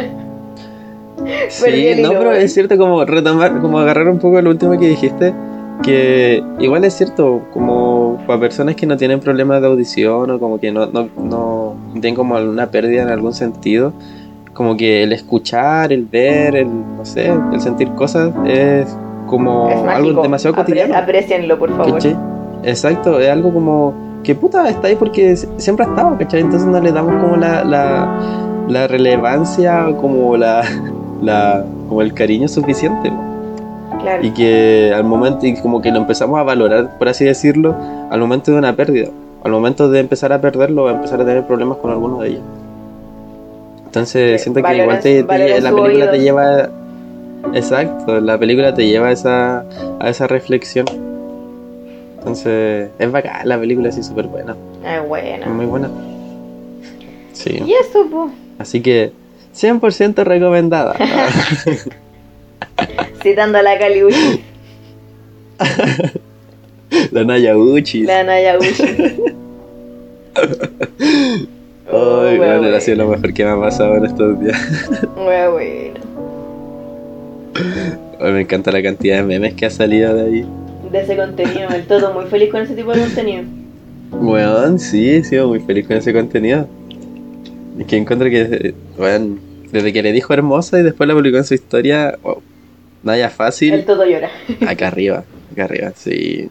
Speaker 2: Perdí el
Speaker 1: Sí, no,
Speaker 2: hilo,
Speaker 1: pero
Speaker 2: güey.
Speaker 1: es cierto como retomar, como agarrar un poco lo último que dijiste, que igual es cierto, como para personas que no tienen problemas de audición o como que no tienen como alguna pérdida en algún sentido, como que el escuchar, el ver, no sé, el sentir cosas es como
Speaker 2: Es mágico,
Speaker 1: algo demasiado cotidiano.
Speaker 2: aprecienlo por favor.
Speaker 1: ¿Cachai? Exacto, es algo como que puta está ahí porque siempre ha estado, ¿cachai? Entonces no le damos como la relevancia o como como el cariño suficiente, ¿no?
Speaker 2: Claro.
Speaker 1: Y que al momento, y como que lo empezamos a valorar, por así decirlo, al momento de una pérdida, al momento de empezar a perderlo, a empezar a tener problemas con alguno de ellos. Entonces
Speaker 2: Sí,
Speaker 1: siento que
Speaker 2: valoren-
Speaker 1: igual
Speaker 2: valoren
Speaker 1: la
Speaker 2: su
Speaker 1: película
Speaker 2: oído.
Speaker 1: te lleva, exacto, la película te lleva a esa reflexión. Entonces es bacán, la película así súper buena,
Speaker 2: Bueno.
Speaker 1: muy buena. Sí,
Speaker 2: Y eso, pues.
Speaker 1: así que 100% recomendada.
Speaker 2: Citando a la Kaliuchi,
Speaker 1: La Naya Uchi.
Speaker 2: la Nayaguchi.
Speaker 1: Ay, bueno, ha sido lo mejor que me ha pasado en estos días.
Speaker 2: Bueno.
Speaker 1: Ay, me encanta la cantidad de memes que ha salido de ahí.
Speaker 2: De ese contenido, el Toto muy feliz con ese tipo de contenido.
Speaker 1: Weón, sí, he sido muy feliz con ese contenido. Es que encuentro que, weón, desde que le dijo hermosa y después la publicó en su historia, wow, Naya
Speaker 2: El
Speaker 1: fácil,
Speaker 2: Toto llora.
Speaker 1: acá arriba, sí.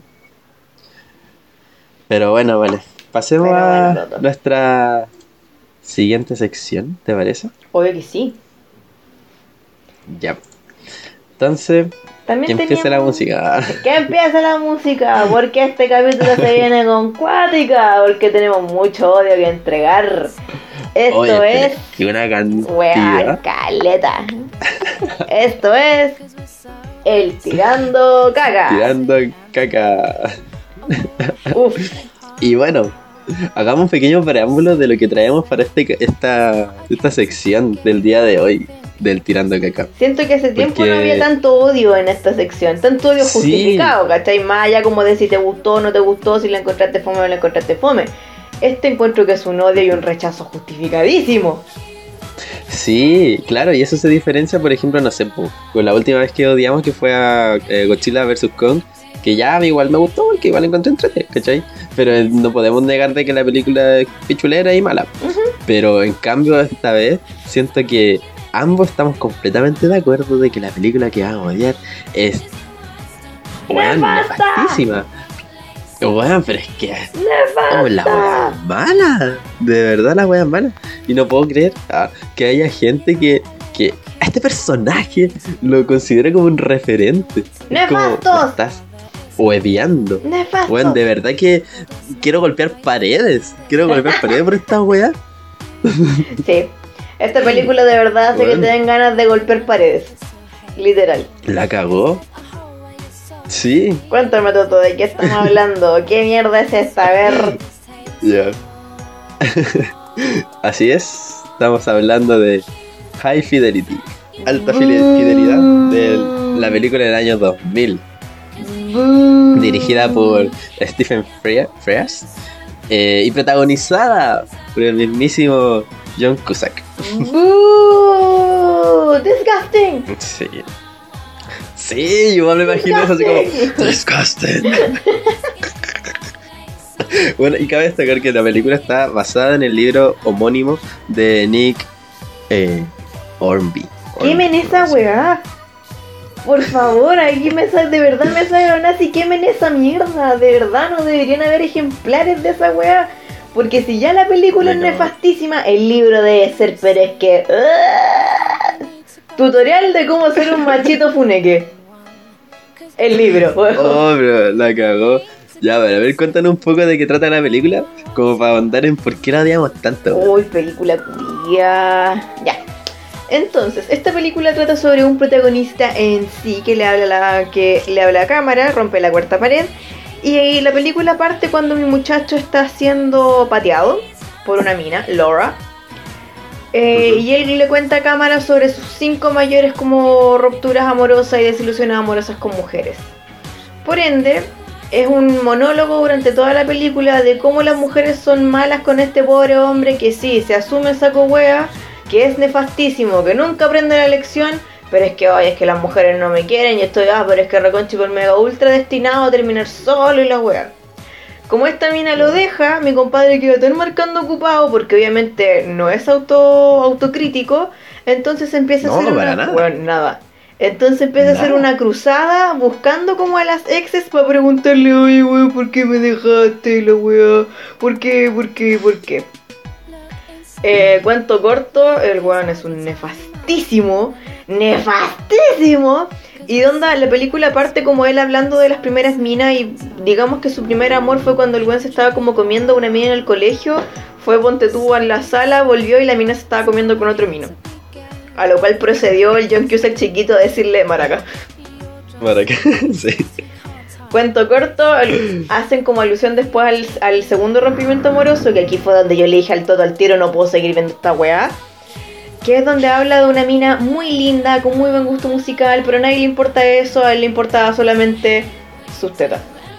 Speaker 1: Pero bueno, vale. Pasemos
Speaker 2: Pero
Speaker 1: a
Speaker 2: bueno, Toto.
Speaker 1: nuestra siguiente sección, ¿te parece?
Speaker 2: Obvio que sí.
Speaker 1: Ya. Entonces,
Speaker 2: También
Speaker 1: que empiece la
Speaker 2: teníamos-
Speaker 1: música.
Speaker 2: Que empiece la música, porque este capítulo se viene con cuática, porque tenemos mucho odio que entregar. Esto
Speaker 1: Oye,
Speaker 2: es...
Speaker 1: y una
Speaker 2: Weá,
Speaker 1: cantidad.
Speaker 2: caleta. Esto es... El Tirando Caca.
Speaker 1: Tirando caca.
Speaker 2: Uf,
Speaker 1: Y bueno, hagamos un pequeño preámbulo de lo que traemos para esta sección del día de hoy, del Tirando Caca.
Speaker 2: siento que hace tiempo
Speaker 1: Porque-
Speaker 2: no había tanto odio en esta sección, tanto odio
Speaker 1: Sí.
Speaker 2: justificado, ¿cachai? Más allá como de si te gustó o no te gustó, si la encontraste fome o no la encontraste fome. Este encuentro que es un odio y un rechazo justificadísimo.
Speaker 1: Sí, claro, y eso se diferencia, por ejemplo, no sé, con la última vez que odiamos que fue a Godzilla vs. Kong, que ya a mí igual me gustó, porque igual la encontré entrete, ¿cachai? Pero no podemos negar de que la película es pichulera y mala. Pero en cambio esta vez siento que ambos estamos completamente de acuerdo de que la película que vamos a odiar es... Bueno,
Speaker 2: ¡Nefasta!
Speaker 1: nefastísima. Weón, pero es que... Oh, la wea es mala. De verdad la wea es mala. Y no puedo creer que haya gente que a este personaje lo considera como un referente.
Speaker 2: ¡Nefastos!
Speaker 1: Como, me estás hueveando.
Speaker 2: ¡Nefastos!
Speaker 1: Weón, de verdad que quiero golpear paredes. Quiero golpear paredes por esta wea.
Speaker 2: Sí. Esta película de verdad hace que te den ganas de golpear paredes. Literal.
Speaker 1: ¿La cagó? Sí.
Speaker 2: Cuéntame, Toto, ¿de qué estamos hablando? ¿Qué mierda es esta? A ver.
Speaker 1: Ya. Así es. Estamos hablando de High Fidelity. Alta fidelidad de la película del año 2000. Dirigida por Stephen Frears y protagonizada por el mismísimo John Cusack.
Speaker 2: Disgusting.
Speaker 1: Sí. Sí, yo me imagino eso así como disgusting. Bueno, y cabe destacar que la película está basada en el libro homónimo de Nick Hornby.
Speaker 2: Quemen esa weá. Por favor, aquí de verdad me sale así, quemen esa mierda. De verdad no deberían haber ejemplares de esa weá. Porque si ya la película es nefastísima, el libro debe ser, pero es que... tutorial de cómo ser un machito funeque. El libro.
Speaker 1: Oh, pero la cagó. Ya, bueno, a ver, cuéntanos un poco de qué trata la película, como para ahondar en por qué la odiamos tanto.
Speaker 2: Uy, película culia. Ya. Entonces, esta película trata sobre un protagonista en sí que le habla a la cámara, rompe la cuarta pared. Y la película parte cuando mi muchacho está siendo pateado por una mina, Laura. Y él le cuenta a cámara sobre sus 5 mayores como rupturas amorosas y desilusiones amorosas con mujeres. Por ende, es un monólogo durante toda la película de cómo las mujeres son malas con este pobre hombre que sí, se asume saco wea, que es nefastísimo, que nunca aprende la lección, pero es que oye, es que las mujeres no me quieren y estoy, pero es que reconchi por mega ultra destinado a terminar solo y la wea. Como esta mina lo deja, mi compadre queda tan marcando ocupado, porque obviamente no es autocrítico, entonces empieza a hacer
Speaker 1: para nada.
Speaker 2: Bueno, nada. Entonces empieza a hacer una cruzada buscando como a las exes para preguntarle, oye weón, ¿por qué me dejaste la weá? ¿Por qué? Cuento corto, el weón es un nefastísimo. Y donde la película parte como él hablando de las primeras minas. Y digamos que su primer amor fue cuando el weón se estaba como comiendo una mina en el colegio. Fue ponte tú en la sala, volvió y la mina se estaba comiendo con otro mino. A lo cual procedió el John Cusack chiquito a decirle maraca.
Speaker 1: Maraca, sí.
Speaker 2: Cuento corto, hacen como alusión después al segundo rompimiento amoroso, que aquí fue donde yo le dije al Toto al tiro, no puedo seguir viendo esta weá. Que es donde habla de una mina muy linda, con muy buen gusto musical, pero a nadie le importa eso, a él le importaba solamente sus tetas.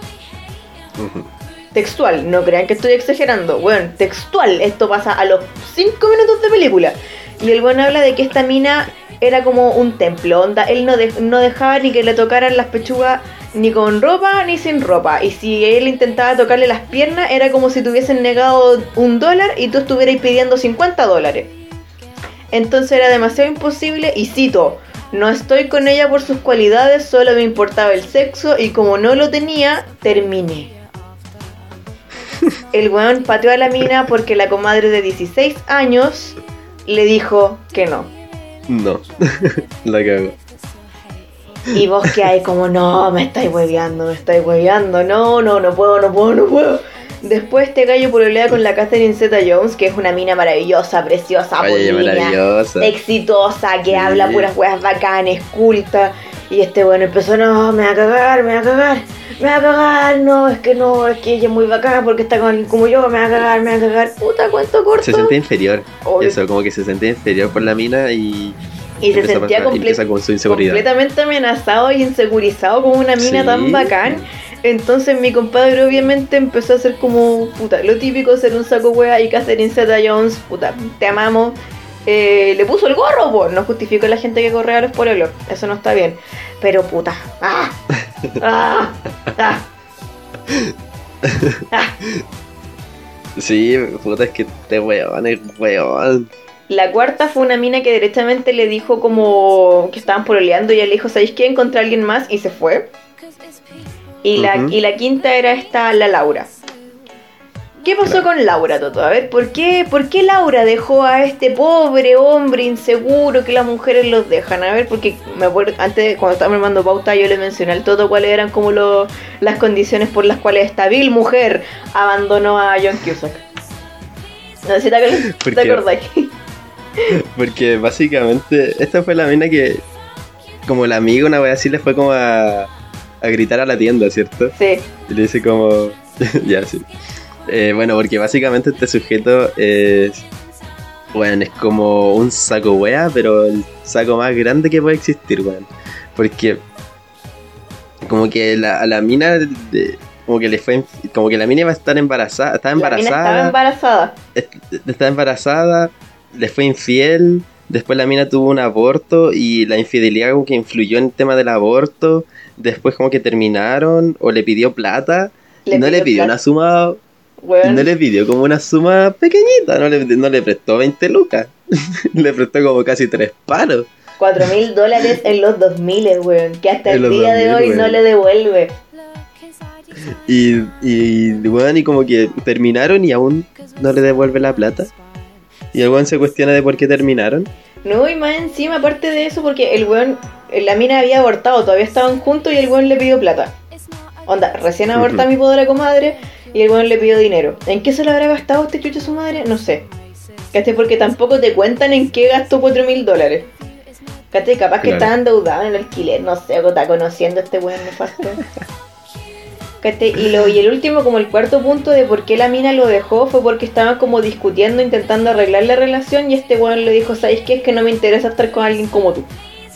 Speaker 2: Textual, no crean que estoy exagerando, bueno, textual, esto pasa a los 5 minutos de película. Y el bueno habla de que esta mina era como un templo, onda, él no dejaba ni que le tocaran las pechugas ni con ropa ni sin ropa. Y si él intentaba tocarle las piernas, era como si te hubiesen negado $1 y tú estuvieras pidiendo $50. Entonces era demasiado imposible y cito, no estoy con ella por sus cualidades, solo me importaba el sexo y como no lo tenía, terminé. El weón pateó a la mina porque la comadre de 16 años le dijo que no.
Speaker 1: No, la cago.
Speaker 2: Y vos que hay como, no, me estáis hueveando, no puedo. Después este gallo pololea con la Catherine Zeta-Jones, que es una mina maravillosa, preciosa,
Speaker 1: maravillosa,
Speaker 2: exitosa, que habla puras weas bacanes, culta. Y este bueno empezó, no, me va a cagar, no, es que ella es muy bacana porque está con alguien como yo, me va a cagar, puta, cuento corto.
Speaker 1: Se sentía inferior, eso, como que se sentía inferior por la mina y
Speaker 2: se sentía
Speaker 1: con su inseguridad.
Speaker 2: Completamente amenazado y insegurizado como una mina tan bacán. Entonces mi compadre obviamente empezó a hacer como, puta, lo típico, ser un saco wea. Y Catherine Zeta-Jones, puta, te amamos, le puso el gorro, pues. No justifico a la gente que corre a los pololos, eso no está bien. Pero puta,
Speaker 1: Sí, puta, es que este weón es weón.
Speaker 2: La cuarta fue una mina que directamente le dijo como que estaban pololeando y ella le dijo, ¿sabéis qué? Encontré a alguien más y se fue. Y la quinta era la Laura. ¿Qué pasó con Laura, Toto? A ver, ¿por qué Laura dejó a este pobre hombre inseguro que las mujeres los dejan? A ver, porque me acuerdo, antes cuando estábamos armando pauta yo le mencioné al Toto cuáles eran como las condiciones por las cuales esta vil mujer abandonó a John Cusack. No sé si te acordáis.
Speaker 1: Porque básicamente esta fue la mina que, como la amiga una vez así, le fue como a gritar a la tienda, ¿cierto?
Speaker 2: Sí.
Speaker 1: Y le dice como... ya, sí. Bueno, porque básicamente este sujeto es... Bueno, es como un saco wea, pero el saco más grande que puede existir, weón. Porque... Como que a la mina... como que le fue... Como que la mina iba a estar embarazada. Estaba embarazada. Estaba embarazada. Le fue infiel. Después la mina tuvo un aborto. Y la infidelidad como que influyó en el tema del aborto. Después como que terminaron. O le pidió plata. No le pidió una suma... Bueno. No le pidió como una suma pequeñita, no le prestó 20 lucas, le prestó como casi 3 palos.
Speaker 2: $4,000 en los 2000, weón, que hasta el día 2000, de hoy weón, no le devuelve.
Speaker 1: Y como que terminaron y aún no le devuelve la plata. Y el weón se cuestiona de por qué terminaron.
Speaker 2: No, y más encima, aparte de eso, porque el weón, la mina había abortado, todavía estaban juntos y el weón le pidió plata. Onda, recién aborta mi pobre comadre. Y el weón le pidió dinero. ¿En qué se lo habrá gastado este chucho su madre? No sé. ¿Cachai? Porque tampoco te cuentan en qué gastó $4,000. ¿Cachai? Capaz que está endeudado en el alquiler. No sé, o está conociendo a este weón nefasto. ¿Cachai? Y el último, como el cuarto punto de por qué la mina lo dejó, fue porque estaban como discutiendo, intentando arreglar la relación. Y este weón le dijo, ¿sabes qué? Es que no me interesa estar con alguien como tú.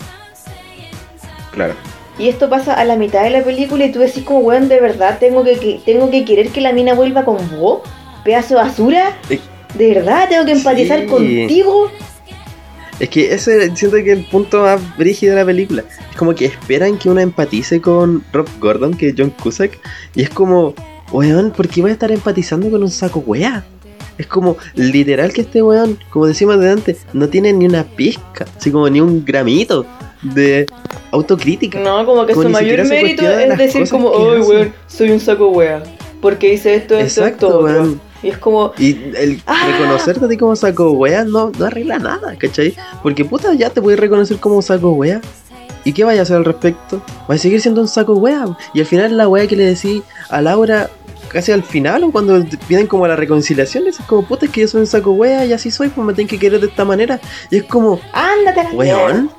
Speaker 1: Claro.
Speaker 2: Y esto pasa a la mitad de la película y tú decís como, weón, ¿de verdad tengo que querer que la mina vuelva con vos? ¿Pedazo de basura? ¿De verdad tengo que empatizar contigo?
Speaker 1: Es que ese siento que es el punto más brígido de la película. Es como que esperan que uno empatice con Rob Gordon, que es John Cusack. Y es como, weón, ¿por qué voy a estar empatizando con un saco wea? Es como, literal que este weón, como decimos de antes, no tiene ni una pizca, así como ni un gramito de autocrítica.
Speaker 2: No, como que su mayor mérito es decir como, ay weón, soy un saco wea, porque hice esto,
Speaker 1: exacto, weón.
Speaker 2: Y es como...
Speaker 1: Y el reconocerte a ti como saco wea no arregla nada, ¿cachai? Porque puta, ya te puedes reconocer como saco wea. ¿Y qué vaya a hacer al respecto? Va a seguir siendo un saco wea. Y al final la wea que le decís a Laura, casi al final, o cuando vienen como a la reconciliación, es como, puta, es que yo soy un saco wea y así soy, pues me tienen que querer de esta manera. Y es como,
Speaker 2: ándate a la
Speaker 1: weón.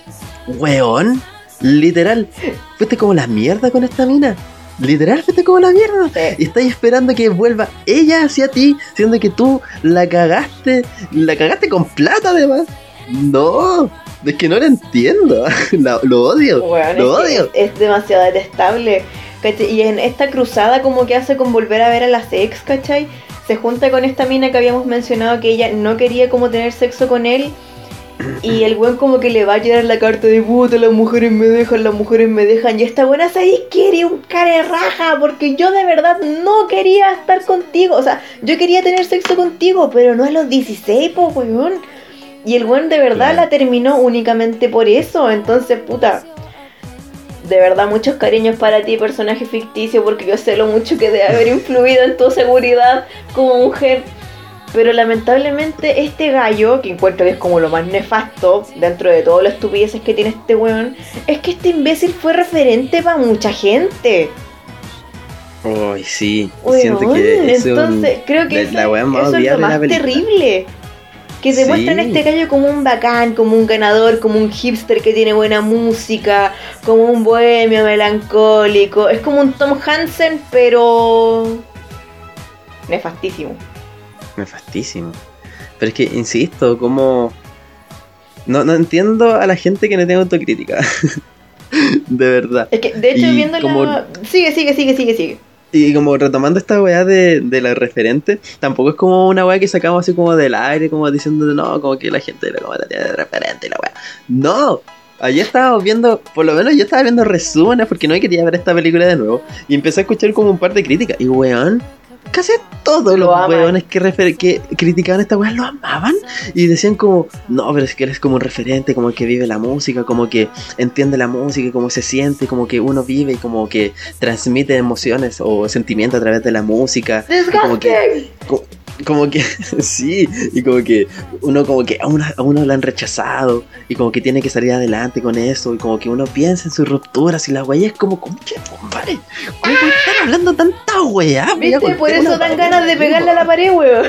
Speaker 1: Weón, literal, fuiste como la mierda con esta mina. Literal, fuiste como la mierda.
Speaker 2: Sí.
Speaker 1: Y estáis esperando que vuelva ella hacia ti, siendo que tú la cagaste con plata además. No, es que no lo entiendo. Lo odio,
Speaker 2: bueno,
Speaker 1: lo odio.
Speaker 2: Es demasiado detestable. ¿Cachai? Y en esta cruzada como que hace con volver a ver a las ex, ¿cachai? Se junta con esta mina que habíamos mencionado que ella no quería como tener sexo con él. Y el weón como que le va a llenar la carta de puta, las mujeres me dejan. Y esta buena ¿sabes qué? Era un care raja, porque yo de verdad no quería estar contigo. O sea, yo quería tener sexo contigo, pero no a los 16, po, weón. Y el weón de verdad la terminó únicamente por eso. Entonces, puta, de verdad muchos cariños para ti, personaje ficticio, porque yo sé lo mucho que debe haber influido en tu seguridad como mujer. Pero lamentablemente este gallo, que encuentro que es como lo más nefasto dentro de todas las estupideces que tiene este weón, es que este imbécil fue referente para mucha gente.
Speaker 1: Uy, sí,
Speaker 2: weón,
Speaker 1: siento que
Speaker 2: entonces creo que eso es lo más terrible. Que te muestran a este gallo como un bacán, como un ganador, como un hipster que tiene buena música, como un bohemio melancólico. Es como un Tom Hansen, pero nefastísimo.
Speaker 1: Nefastísimo. Pero es que, insisto, como... No entiendo a la gente que no tiene autocrítica. De verdad.
Speaker 2: Es que, de hecho, viendo
Speaker 1: como...
Speaker 2: Sigue.
Speaker 1: Y como retomando esta weá de la referente, tampoco es como una weá que sacamos así como del aire, como diciendo, no, como que la gente como la tiene de referente y la weá. No, ayer estábamos viendo, por lo menos yo estaba viendo resúmenes porque no quería ver esta película de nuevo. Y empecé a escuchar como un par de críticas. Y weón, casi todos
Speaker 2: Lo
Speaker 1: los
Speaker 2: aman.
Speaker 1: weones que criticaban a esta weá lo amaban y decían como, no, pero es que él es como un referente, como que vive la música, como que entiende la música, como se siente, como que uno vive y como que transmite emociones o sentimientos a través de la música. Como que, como que sí, y como que uno como que a uno lo han rechazado y como que tiene que salir adelante con eso y como que uno piensa en sus rupturas y la weá es como, che, compadre, ¿cómo puede estar hablando tanta weá?
Speaker 2: ¿Viste? Por eso dan ganas de pegarle a la pared, weón.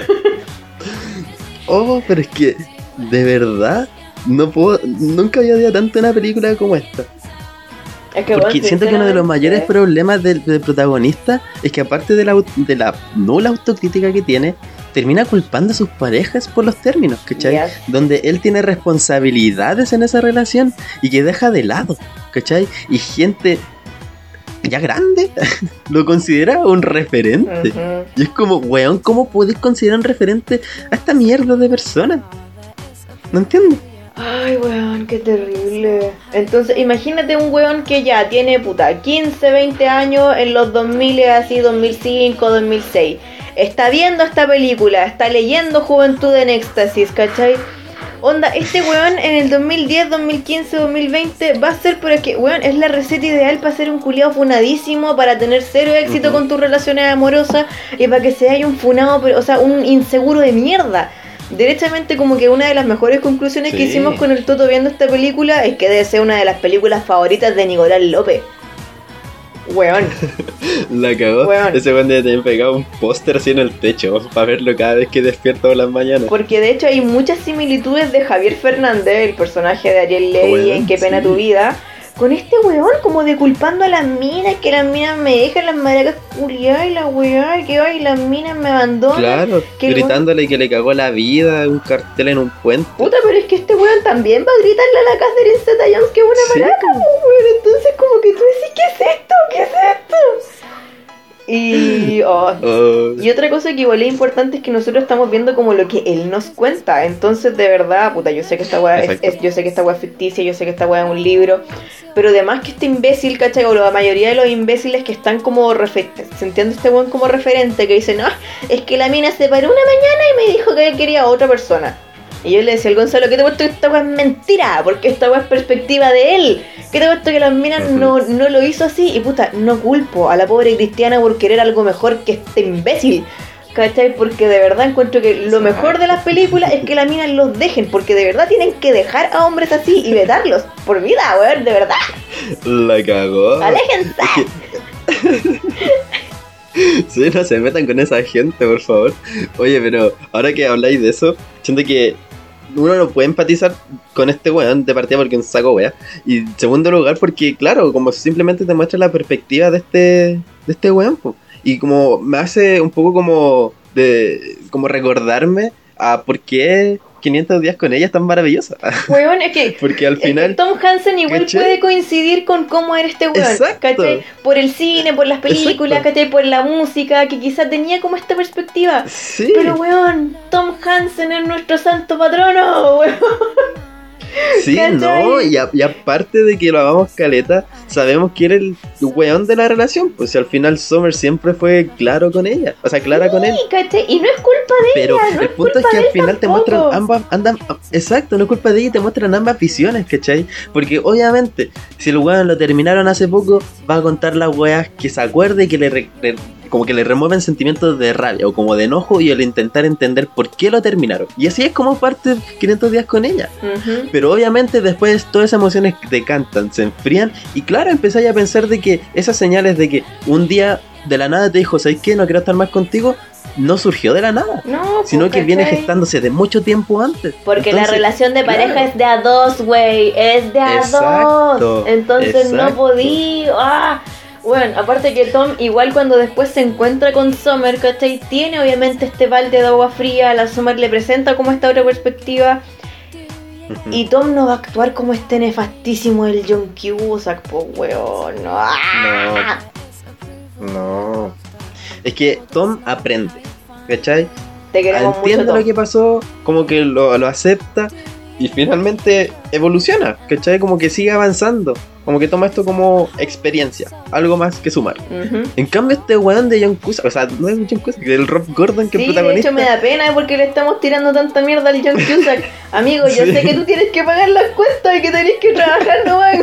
Speaker 1: Oh, pero es que de verdad nunca había odiado tanto una película como esta.
Speaker 2: Es que,
Speaker 1: Porque
Speaker 2: bueno,
Speaker 1: siento que uno de los mayores
Speaker 2: sinceramente,
Speaker 1: problemas del protagonista es que aparte de la nula autocrítica que tiene, termina culpando a sus parejas por los términos, ¿cachai?
Speaker 2: Yes.
Speaker 1: Donde él tiene responsabilidades en esa relación y que deja de lado, ¿cachai? Y gente ya grande lo considera un referente.
Speaker 2: Ujú.
Speaker 1: Y es como, weón, ¿cómo podés considerar un referente a esta mierda de persona? No entiendo.
Speaker 2: Ay, weón, qué terrible. Entonces, imagínate un weón que ya tiene, 15, 20 años en los 2000, así, 2005, 2006. Está viendo esta película, está leyendo Juventud en Éxtasis, ¿cachai? Onda, este weón en el 2010, 2015, 2020 va a ser, pero es que, weón, es la receta ideal para ser un culiao funadísimo, para tener cero éxito con tus relaciones amorosas y para que seas un funado, pero, o sea, un inseguro de mierda. Derechamente, como que una de las mejores conclusiones que
Speaker 1: Sí.
Speaker 2: hicimos con el Toto viendo esta película es que debe ser una de las películas favoritas de Nicolás López. Weón.
Speaker 1: La cagó.
Speaker 2: Weón.
Speaker 1: Ese weón debe tener pegado un póster así en el techo para verlo cada vez que despierta por las mañanas.
Speaker 2: Porque de hecho hay muchas similitudes de Javier Fernández, el personaje de Ariel Levy
Speaker 1: Weón,
Speaker 2: en Qué pena
Speaker 1: sí.
Speaker 2: tu vida, con este weón como de culpando a las minas, que las minas me dejan las maracas culiadas y la weá, y que ay, las minas me abandonan.
Speaker 1: Claro,
Speaker 2: que el
Speaker 1: gritándole que le cagó la vida, un cartel en un puente.
Speaker 2: Puta, pero es que este weón también va a gritarle a la Catherine Zeta-Jones que es una
Speaker 1: Sí,
Speaker 2: maraca,
Speaker 1: po.
Speaker 2: weón. Entonces como que tú decís, ¿qué es esto? ¿Qué es esto? Y... oh.
Speaker 1: Oh,
Speaker 2: Y otra cosa que igual es importante es que nosotros estamos viendo como lo que él nos cuenta. Entonces, de verdad, puta, yo sé que esta weá yo sé que esta weá es ficticia, yo sé que esta weá es un libro, pero además que este imbécil, ¿cachai? O la mayoría de los imbéciles que están como se entiende este weón como referente, que dicen, no, es que la mina se paró una mañana y me dijo que él quería a otra persona. Y yo le decía al Gonzalo, ¿qué te puesto que esta weá es mentira? Porque esta weá es perspectiva de él. ¿Qué te puesto que las minas no lo hizo así? Y puta, no culpo a la pobre Cristiana por querer algo mejor que este imbécil. ¿Cachai? Porque de verdad encuentro que lo mejor de las películas es que las minas los dejen. Porque de verdad tienen que dejar a hombres así y vetarlos por vida, weón, de verdad.
Speaker 1: la cagó.
Speaker 2: ¡Aléjense!
Speaker 1: Sí, no se metan con esa gente, por favor. Oye, pero ahora que habláis de eso, siento que uno no puede empatizar con este weón de partida porque es un saco wea. Y en segundo lugar porque, claro, como simplemente te muestra la perspectiva de este weón, po. Y como me hace un poco como recordarme a por qué 500 días con ella es tan maravillosa.
Speaker 2: Weón, es que
Speaker 1: Porque al final...
Speaker 2: Tom Hansen igual
Speaker 1: ¿cachai?
Speaker 2: puede coincidir con cómo era este weón,
Speaker 1: Exacto.
Speaker 2: ¿cachai? Por el cine, por las películas,
Speaker 1: Exacto.
Speaker 2: ¿cachai? Por la música, que quizás tenía como esta perspectiva.
Speaker 1: Sí.
Speaker 2: Pero weón, Tom Hansen es nuestro santo patrono, weón.
Speaker 1: Sí,
Speaker 2: ¿cachai?
Speaker 1: no, y aparte de que lo hagamos caleta, sabemos que era el weón de la relación, pues si al final Summer siempre fue claro con ella, o sea, clara con él.
Speaker 2: Sí, ¿cachai? Y no es culpa de
Speaker 1: Pero
Speaker 2: ella, no
Speaker 1: el
Speaker 2: es
Speaker 1: punto es
Speaker 2: culpa
Speaker 1: que
Speaker 2: de
Speaker 1: al
Speaker 2: él
Speaker 1: final te
Speaker 2: tampoco.
Speaker 1: muestran exacto, no es culpa de ella y te muestran ambas visiones, ¿cachai? Porque obviamente, si el weón lo terminaron hace poco, va a contar las weas que se acuerde y que como que le remueven sentimientos de rabia o como de enojo y el intentar entender por qué lo terminaron. Y así es como parte 500 días con ella.
Speaker 2: Ujú.
Speaker 1: Pero obviamente después todas esas emociones decantan, se enfrían y claro, empezáis a pensar de que esas señales de que un día de la nada te dijo, ¿sabes qué? No quiero estar más contigo, no surgió de la nada,
Speaker 2: No,
Speaker 1: sino
Speaker 2: pues,
Speaker 1: que viene
Speaker 2: ¿cachai?
Speaker 1: gestándose de mucho tiempo antes.
Speaker 2: Porque
Speaker 1: Entonces,
Speaker 2: la relación de pareja
Speaker 1: claro.
Speaker 2: es de a dos, güey. Es de a
Speaker 1: Exacto,
Speaker 2: dos. Entonces no
Speaker 1: exacto.
Speaker 2: podí. ¡Ah! Bueno, aparte que Tom, igual cuando después se encuentra con Summer, ¿cachai? Tiene obviamente este balde de agua fría. La Summer le presenta como esta otra perspectiva. Y Tom no va a actuar como este nefastísimo el John Cusack, po, weón. ¡Ah!
Speaker 1: No. Es que Tom aprende, ¿cachai?
Speaker 2: Te queremos
Speaker 1: Entiende
Speaker 2: mucho,
Speaker 1: lo
Speaker 2: Tom.
Speaker 1: que pasó, como que lo acepta y finalmente evoluciona, ¿cachai? Como que sigue avanzando. Como que toma esto como experiencia, algo más que sumar.
Speaker 2: Ujú.
Speaker 1: En cambio este weón de John Cusack, o sea, no es John Cusack, del Rob Gordon que es
Speaker 2: Sí, de
Speaker 1: protagonista.
Speaker 2: hecho me da pena porque le estamos tirando tanta mierda al John Cusack. Amigo, yo
Speaker 1: Sí.
Speaker 2: sé que tú tienes que pagar las cuentas y que tenés que trabajar nomás.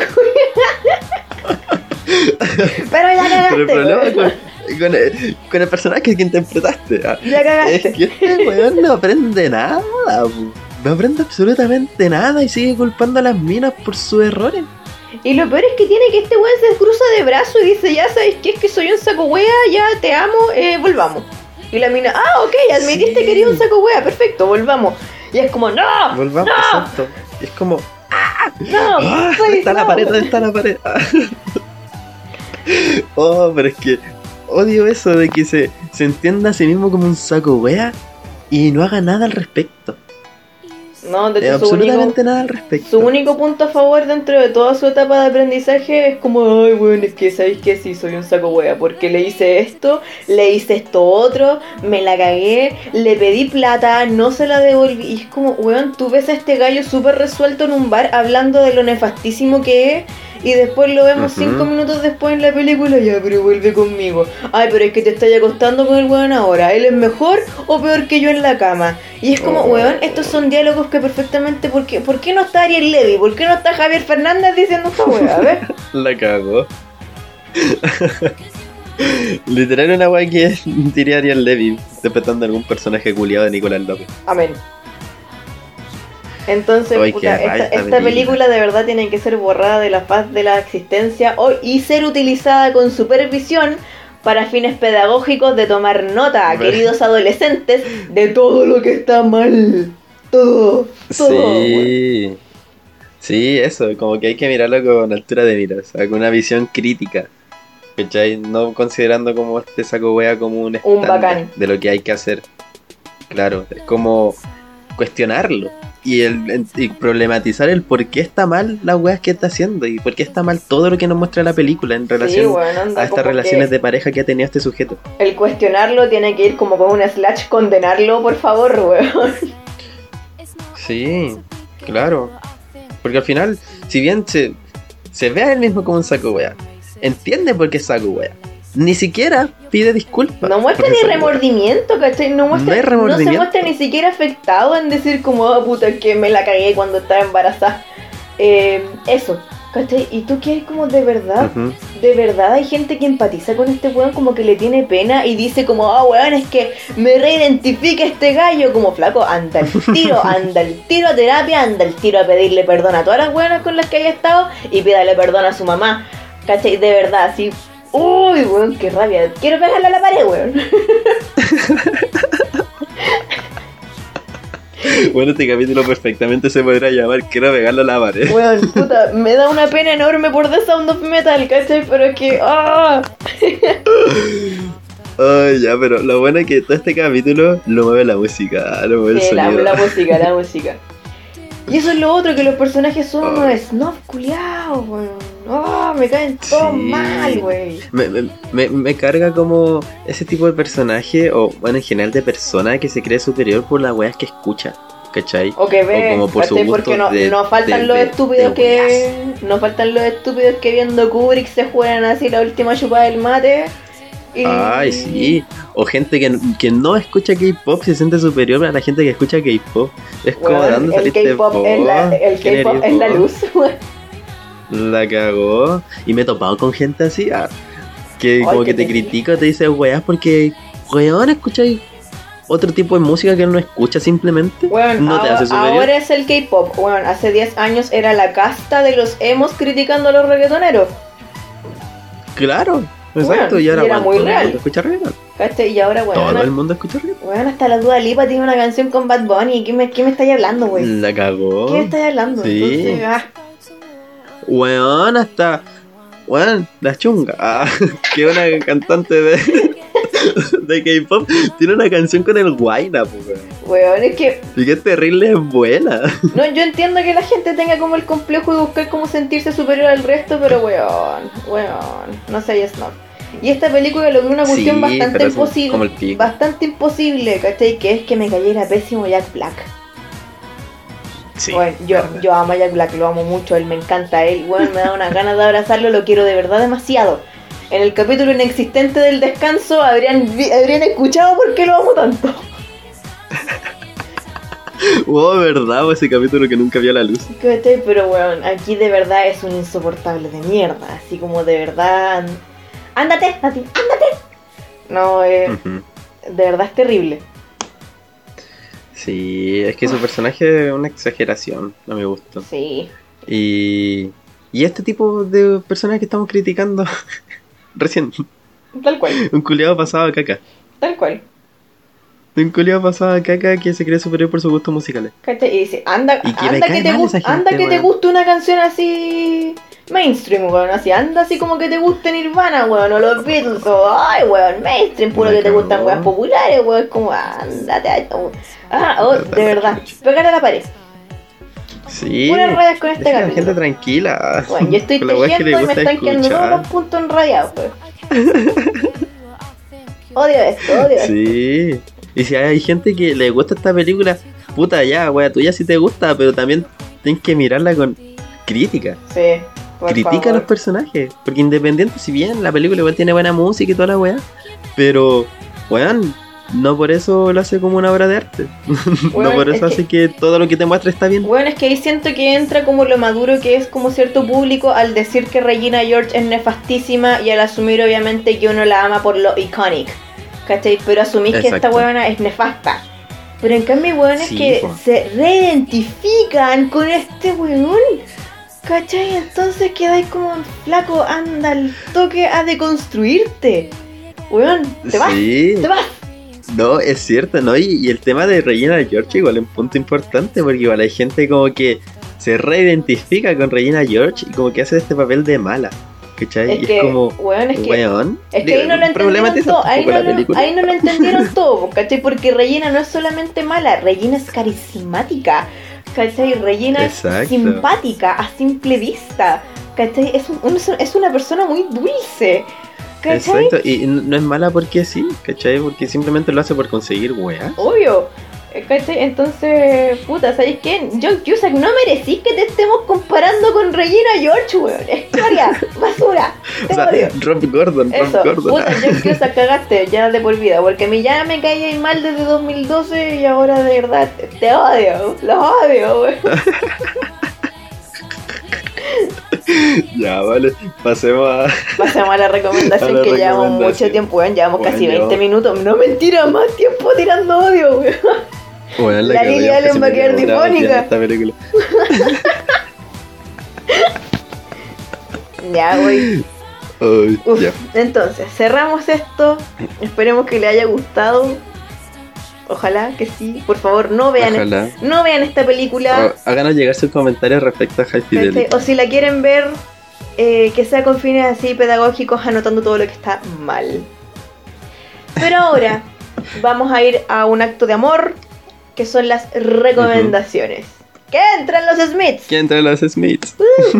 Speaker 2: Pero ya cagaste.
Speaker 1: Pero el problema
Speaker 2: weón.
Speaker 1: con el personaje que interpretaste
Speaker 2: Ya cagaste.
Speaker 1: es que este weón no aprende nada, po. No aprende absolutamente nada y sigue culpando a las minas por sus errores.
Speaker 2: Y lo peor es que tiene que este weón se cruza de brazo y dice, ya sabes que es que soy un saco wea, ya te amo, volvamos. Y la mina, ok, admitiste
Speaker 1: Sí.
Speaker 2: que eres un saco wea, perfecto, volvamos. Y es como, no,
Speaker 1: Volvamos,
Speaker 2: no,
Speaker 1: exacto. Y es como,
Speaker 2: no,
Speaker 1: ¿dónde está la
Speaker 2: no.
Speaker 1: pared? ¿Dónde está la pared? Oh, pero es que odio eso de que se entienda a sí mismo como un saco wea y no haga nada al respecto.
Speaker 2: No, de hecho,
Speaker 1: Absolutamente nada al respecto.
Speaker 2: su único punto a favor dentro de toda su etapa de aprendizaje es como, ay, bueno, es que sabéis que sí, soy un saco wea, porque le hice esto otro, me la cagué, le pedí plata, no se la devolví. Y es como, weón, tú ves a este gallo súper resuelto en un bar hablando de lo nefastísimo que es. Y después lo vemos 5 minutos después en la película, ya, pero vuelve conmigo. Ay, pero es que te estás acostando con el weón ahora. ¿Él es mejor o peor que yo en la cama? Y es como, weón, estos son diálogos que perfectamente... ¿Por qué no está Ariel Levy? ¿Por qué no está Javier Fernández diciendo esta weá? A ver.
Speaker 1: La cagó. Literal una wea que diría Ariel Levy interpretando algún personaje culiado de Nicolás López.
Speaker 2: Amén. Entonces,
Speaker 1: Ay,
Speaker 2: puta,
Speaker 1: qué rabia
Speaker 2: esta película de verdad tiene que ser borrada de la faz de la existencia y ser utilizada con supervisión para fines pedagógicos de tomar nota, queridos adolescentes, de todo lo que está mal. Todo.
Speaker 1: Sí. Sí, eso, como que hay que mirarlo con altura de miras, o sea, con una visión crítica. ¿Cachai? No considerando como este saco wea como un estándar
Speaker 2: bacán.
Speaker 1: de lo que hay que hacer. Claro, es como cuestionarlo y problematizar el por qué está mal las weas que está haciendo y por qué está mal todo lo que nos muestra la película en relación
Speaker 2: Sí, bueno, anda
Speaker 1: a estas
Speaker 2: como
Speaker 1: relaciones
Speaker 2: que
Speaker 1: de pareja que ha tenido este sujeto.
Speaker 2: el cuestionarlo tiene que ir como con un / condenarlo, por favor, weón.
Speaker 1: Sí, claro. Porque al final, si bien se ve a él mismo como un saco wea, entiende por qué es saco wea. Ni siquiera pide disculpas.
Speaker 2: No muestra
Speaker 1: por
Speaker 2: ni
Speaker 1: ese saco wea.
Speaker 2: remordimiento, ¿cachai? No
Speaker 1: No hay remordimiento.
Speaker 2: se muestra ni siquiera afectado en decir como, puta, que me la cagué cuando estaba embarazada. Eso, ¿cachai? Y tú que como de verdad,
Speaker 1: Ujú.
Speaker 2: de verdad hay gente que empatiza con este weón, como que le tiene pena y dice como, weón, es que me reidentifica este gallo, como flaco, anda al tiro a terapia, anda al tiro a pedirle perdón a todas las weonas con las que haya estado y pídale perdón a su mamá, ¿cachai? De verdad, así, uy, weón, qué rabia, quiero pegarle a la pared, weón.
Speaker 1: Bueno, este capítulo perfectamente se podría llamar Quiero pegarlo a la pared.
Speaker 2: Weón, puta, me da una pena enorme por The Sound of Metal, ¿cachai? Pero es que,
Speaker 1: Ay, ya, pero lo bueno es que todo este capítulo lo mueve la música, lo mueve el
Speaker 2: sí,
Speaker 1: sonido.
Speaker 2: la música. Y eso es lo otro, que los personajes son unos snob culiados, weón. Me caen todos
Speaker 1: Sí.
Speaker 2: mal, wey.
Speaker 1: Me carga como ese tipo de personaje, o bueno, en general de persona que se cree superior por las weas que escucha, ¿cachai?
Speaker 2: O que ve,
Speaker 1: como por su
Speaker 2: ¿cachai?
Speaker 1: gusto
Speaker 2: Porque no,
Speaker 1: de-
Speaker 2: no faltan
Speaker 1: de-
Speaker 2: los
Speaker 1: de-
Speaker 2: estúpidos
Speaker 1: de
Speaker 2: que. No faltan los estúpidos que viendo Kubrick se juegan así la última chupada del mate. Y...
Speaker 1: Ay, sí. O gente que no escucha K-pop se siente superior a la gente que escucha K-pop. Es como
Speaker 2: Weón,
Speaker 1: dando
Speaker 2: el
Speaker 1: saliste
Speaker 2: K-pop es la luz, weón.
Speaker 1: La cagó. Y me he topado con gente así, que
Speaker 2: Ay,
Speaker 1: como
Speaker 2: que
Speaker 1: que te
Speaker 2: te-
Speaker 1: critica, te dice weas porque, weón, escucháis otro tipo de música que él no escucha simplemente.
Speaker 2: Weón,
Speaker 1: No te hace superior.
Speaker 2: ahora es el K-pop, weón. Hace 10 años era la casta de los emos criticando a los reggaetoneros.
Speaker 1: Claro, exacto.
Speaker 2: Weón,
Speaker 1: y ahora
Speaker 2: y era
Speaker 1: weón,
Speaker 2: muy
Speaker 1: todo el
Speaker 2: real.
Speaker 1: mundo escucha reggaeton.
Speaker 2: ¿Cachai? Y ahora,
Speaker 1: Todo el
Speaker 2: weón.
Speaker 1: mundo escucha reggaeton.
Speaker 2: Weón, hasta la Dua Lipa tiene una canción con Bad Bunny. ¿Qué me estáis hablando, weón?
Speaker 1: La cagó.
Speaker 2: ¿Qué me estáis hablando?
Speaker 1: Sí.
Speaker 2: Entonces,
Speaker 1: Weón, hasta. Weón, la chunga. Que una cantante de K-pop tiene una canción con el Guayna, pues,
Speaker 2: weón, es que.
Speaker 1: y que terrible es buena.
Speaker 2: No, yo entiendo que la gente tenga como el complejo de buscar cómo sentirse superior al resto, pero weón, no sé, snob. Y esta película logró una cuestión
Speaker 1: Sí,
Speaker 2: bastante
Speaker 1: pero es
Speaker 2: imposible.
Speaker 1: como el pico.
Speaker 2: Bastante imposible, ¿cachai? Que es que me cayera pésimo Jack Black.
Speaker 1: Sí.
Speaker 2: Bueno, yo amo a Jack Black, lo amo mucho, él me encanta, él, bueno, me da unas ganas de abrazarlo, lo quiero de verdad demasiado. En el capítulo inexistente del descanso habrían escuchado por qué lo amo tanto.
Speaker 1: Oh, verdad, ese capítulo que nunca vio la luz.
Speaker 2: Pero bueno, aquí de verdad es un insoportable de mierda, así como de verdad... ¡Ándate! ¡Ándate! No, de verdad es terrible.
Speaker 1: Sí, es que su personaje es una exageración, no me gusta.
Speaker 2: Sí.
Speaker 1: Y este tipo de personas que estamos criticando recién.
Speaker 2: Tal cual.
Speaker 1: Un culiado pasado a caca.
Speaker 2: Tal cual.
Speaker 1: Un culiado pasado a caca que se cree superior por sus gustos musicales.
Speaker 2: ¿Cachai? Y dice, anda que te
Speaker 1: weón.
Speaker 2: guste una canción así mainstream, weón, así, anda así como que te guste Nirvana, weón, o los Beatles, o ay, weón, mainstream, puro que te gustan weas populares, weón, como, ándate, de verdad, pégale a la pared.
Speaker 1: Sí,
Speaker 2: puras rayas con este
Speaker 1: deja a la
Speaker 2: capítulo.
Speaker 1: gente tranquila.
Speaker 2: Bueno, yo estoy
Speaker 1: Con la wea que le
Speaker 2: tejiendo y me
Speaker 1: gusta
Speaker 2: están quedando todos
Speaker 1: escuchar.
Speaker 2: los puntos enrayados, weón. Odio esto.
Speaker 1: Sí. Y si hay gente que le gusta esta película, puta ya, wea, tuya sí te gusta, pero también tienes que mirarla con crítica.
Speaker 2: Sí, por
Speaker 1: Critica
Speaker 2: favor.
Speaker 1: a los personajes. Porque independiente, si bien la película igual tiene buena música y toda la wea, pero, weón, no por eso lo hace como una obra de arte.
Speaker 2: Weón,
Speaker 1: no por eso hace que todo lo que te muestra está bien.
Speaker 2: Bueno, es que ahí siento que entra como lo maduro que es como cierto público al decir que Regina George es nefastísima y al asumir obviamente que uno la ama por lo iconic, ¿cachai? Pero asumís que esta
Speaker 1: Exacto.
Speaker 2: huevona es nefasta. Pero en cambio hay hueones
Speaker 1: Sí,
Speaker 2: que
Speaker 1: po.
Speaker 2: se reidentifican con este huevón, ¿cachai? Entonces quedáis como flaco, anda al toque a deconstruirte. Huevón, te vas,
Speaker 1: Sí.
Speaker 2: te vas.
Speaker 1: No, es cierto, ¿no? Y el tema de Regina George igual es un punto importante, porque igual hay gente como que se reidentifica con Regina George y como que hace este papel de mala, ¿cachai?
Speaker 2: Es
Speaker 1: y
Speaker 2: que,
Speaker 1: es como,
Speaker 2: weón, es que
Speaker 1: weón.
Speaker 2: ahí no lo entendieron
Speaker 1: problematiza
Speaker 2: todo,
Speaker 1: un
Speaker 2: ahí
Speaker 1: poco
Speaker 2: no,
Speaker 1: la película.
Speaker 2: ahí no lo entendieron todo, ¿cachai? Porque Regina no es solamente mala, Regina es carismática, ¿cachai? Regina
Speaker 1: Exacto.
Speaker 2: es simpática a simple vista, ¿cachai? Es una persona muy dulce, ¿cachai?
Speaker 1: Exacto, y no es mala porque sí, ¿cachai? Porque simplemente lo hace por conseguir weá.
Speaker 2: Obvio, ¿cachai? Entonces, puta, ¿sabes qué? John Cusack, no merecís que te estemos comparando con Regina George, weón, escoria, basura, te
Speaker 1: O sea,
Speaker 2: odio.
Speaker 1: Rob Gordon.
Speaker 2: Eso, puta, John Cusack, cagaste ya de por vida, porque a mí ya me caía mal desde 2012 y ahora de verdad te odio, los odio, weón.
Speaker 1: Ya, vale, pasemos a...
Speaker 2: Pasemos a la recomendación
Speaker 1: A la
Speaker 2: que llevamos
Speaker 1: recomendación.
Speaker 2: mucho tiempo, weón, llevamos
Speaker 1: Bueno,
Speaker 2: casi
Speaker 1: llevamos-
Speaker 2: 20 minutos, no mentira, más tiempo tirando odio, weón.
Speaker 1: Bueno,
Speaker 2: La
Speaker 1: cagó,
Speaker 2: Lily
Speaker 1: ya
Speaker 2: Allen
Speaker 1: casi
Speaker 2: va a
Speaker 1: me
Speaker 2: quedar
Speaker 1: quedo bravo
Speaker 2: difónica.
Speaker 1: viendo esta película.
Speaker 2: Ya, güey.
Speaker 1: Uy,
Speaker 2: Uf,
Speaker 1: ya.
Speaker 2: entonces, cerramos esto. Esperemos que les haya gustado. Ojalá que sí. Por favor, no vean esta película.
Speaker 1: Háganos llegar sus comentarios respecto a High Fidelity.
Speaker 2: O si la quieren ver, que sea con fines así pedagógicos, anotando todo lo que está mal. Pero ahora vamos a ir a un acto de amor, que son las recomendaciones. ¡Que entran los Smiths!
Speaker 1: ¿Quién trae los Smiths?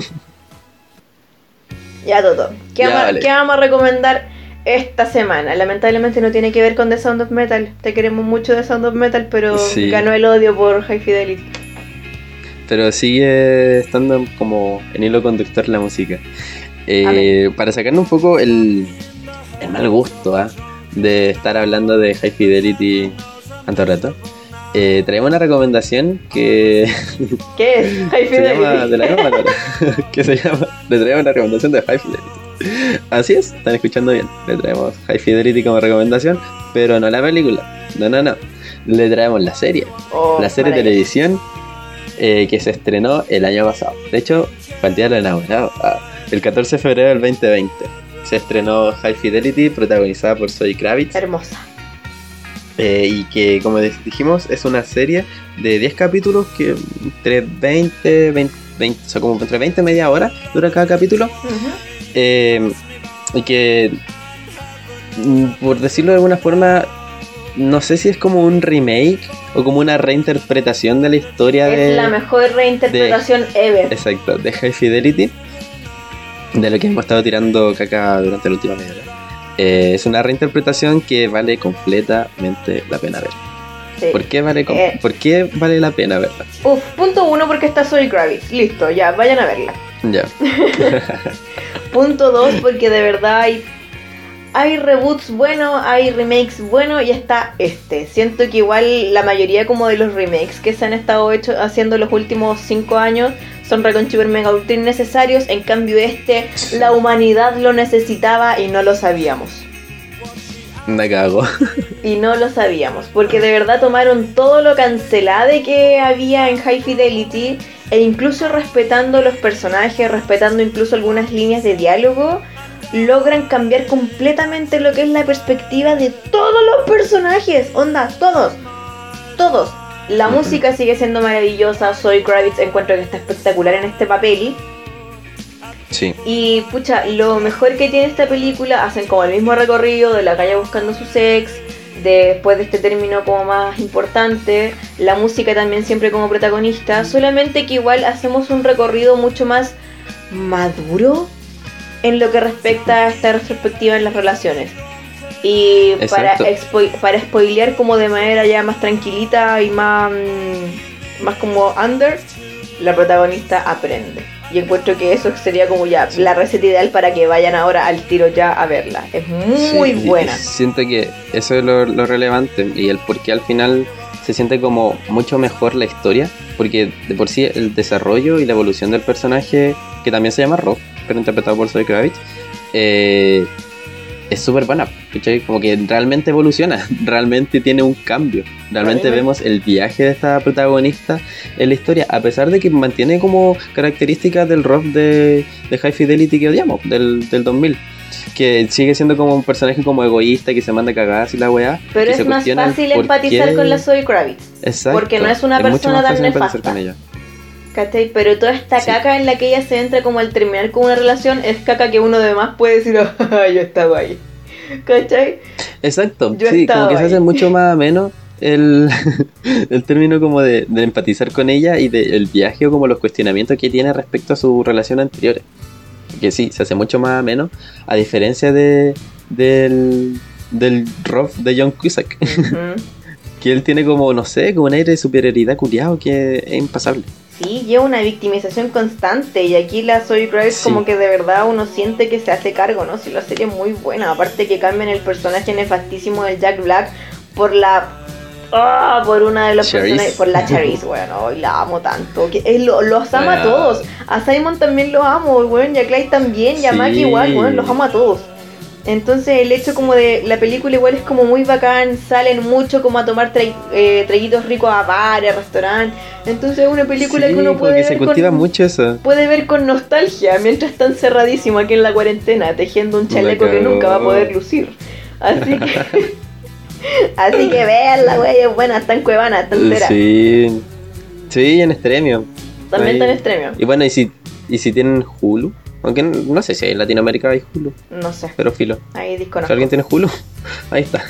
Speaker 2: Ya, Toto. ¿Qué
Speaker 1: Ya, vale.
Speaker 2: vamos a recomendar esta semana? Lamentablemente no tiene que ver con The Sound of Metal. Te queremos mucho The Sound of Metal, pero
Speaker 1: Sí.
Speaker 2: ganó el odio por High Fidelity.
Speaker 1: Pero sigue estando como en hilo conductor la música. Para sacarnos un poco el mal gusto de estar hablando de High Fidelity tanto rato, traemos una recomendación que
Speaker 2: ¿Qué es? High
Speaker 1: se llama
Speaker 2: Fidelity.
Speaker 1: de la nueva que se llama, le traemos una recomendación de High Fidelity. Así es, están escuchando bien. Le traemos High Fidelity como recomendación, pero no la película. No. Le traemos la serie.
Speaker 2: Oh,
Speaker 1: La serie de
Speaker 2: maravilloso.
Speaker 1: televisión que se estrenó el año pasado. De hecho, fue el día del enamorado. El 14 de febrero del 2020 se estrenó High Fidelity, protagonizada por Zoe Kravitz.
Speaker 2: Hermosa.
Speaker 1: Y que, como dijimos, es una serie de 10 capítulos que entre 20, o sea, como entre 20 y media hora dura cada capítulo.
Speaker 2: Ujú.
Speaker 1: Y que, por decirlo de alguna forma, no sé si es como un remake o como una reinterpretación de la historia de...
Speaker 2: Es la mejor reinterpretación ever.
Speaker 1: Exacto, de High Fidelity, de lo que hemos estado tirando caca durante la última media hora. Es una reinterpretación que vale completamente la pena ver.
Speaker 2: Sí.
Speaker 1: ¿Por qué vale la pena verla?
Speaker 2: Punto 1 porque está Zoe Kravitz. Listo, ya, vayan a verla.
Speaker 1: Ya.
Speaker 2: Punto 2 porque de verdad hay reboots buenos, hay remakes buenos y está este. Siento que igual la mayoría como de los remakes que se han estado haciendo los últimos 5 años son reconchuber mega ultra innecesarios. En cambio la humanidad lo necesitaba y no lo sabíamos.
Speaker 1: Me cago.
Speaker 2: Y no lo sabíamos, porque de verdad tomaron todo lo cancelado que había en High Fidelity e incluso respetando los personajes, respetando incluso algunas líneas de diálogo, logran cambiar completamente lo que es la perspectiva de todos los personajes. Onda, todos. La música sigue siendo maravillosa. Zoe Kravitz encuentro que está espectacular en este papel.
Speaker 1: Sí.
Speaker 2: Y pucha, lo mejor que tiene esta película, hacen como el mismo recorrido de la calle buscando su sex, después de este término como más importante, la música también siempre como protagonista, solamente que igual hacemos un recorrido mucho más maduro en lo que respecta a esta retrospectiva en las relaciones. Y para spoilear como de manera ya más tranquilita y más como under, la protagonista aprende. Y encuentro que eso sería como ya la receta ideal para que vayan ahora al tiro ya a verla. Es muy buena.
Speaker 1: Siento que eso es lo relevante y el por qué al final se siente como mucho mejor la historia. Porque de por sí el desarrollo y la evolución del personaje, que también se llama Rob, pero interpretado por Zoe Kravitz, es súper buena, ¿cachai? Como que realmente evoluciona, realmente tiene un cambio. Realmente vemos el viaje de esta protagonista en la historia, a pesar de que mantiene como características del Rob de High Fidelity que odiamos, del 2000. Que sigue siendo como un personaje como egoísta, que se manda cagadas y la weá.
Speaker 2: Pero es más fácil empatizar con la Zoe Kravitz.
Speaker 1: Exacto.
Speaker 2: Porque no es una persona tan nefasta. ¿Cachai? Pero toda esta caca en la que ella se entra como al terminar con una relación es caca que uno de más puede decir, yo estaba ahí. ¿Cachai?
Speaker 1: Exacto, sí, como que se hace mucho más ameno el término como de empatizar con ella y del viaje o como los cuestionamientos que tiene respecto a su relación anterior. Que sí, se hace mucho más ameno, a diferencia del Rob de John Cusack. Uh-huh. Que él tiene como, no sé, como un aire de superioridad culiado que es impasable.
Speaker 2: Sí, lleva una victimización constante y aquí la Zoe Kravitz como que de verdad uno siente que se hace cargo, ¿no? Si la serie es muy buena, aparte que cambian el personaje nefastísimo del Jack Black por una de los personajes, por la Charisse, bueno, y la amo tanto, que los amo a todos, a Simon también lo amo, bueno, y a Clyde también, y a Maggie igual, bueno, los amo a todos. Entonces el hecho como de la película igual es como muy bacán, salen mucho como a tomar traguitos ricos a bares, restaurantes. Entonces es una película que uno puede ver
Speaker 1: se cultiva mucho eso.
Speaker 2: Puede ver con nostalgia mientras está encerradísimo aquí en la cuarentena, tejiendo un chaleco que nunca va a poder lucir. Así que veanla, güey, es buena, está en Cuevana, está entera.
Speaker 1: Sí, en Extremio.
Speaker 2: También está en Extremio.
Speaker 1: Y bueno, y si tienen Hulu. Aunque no sé si en Latinoamérica hay Hulu.
Speaker 2: No sé.
Speaker 1: Pero filo.
Speaker 2: Ahí desconozco.
Speaker 1: Si alguien tiene Hulu, ahí está.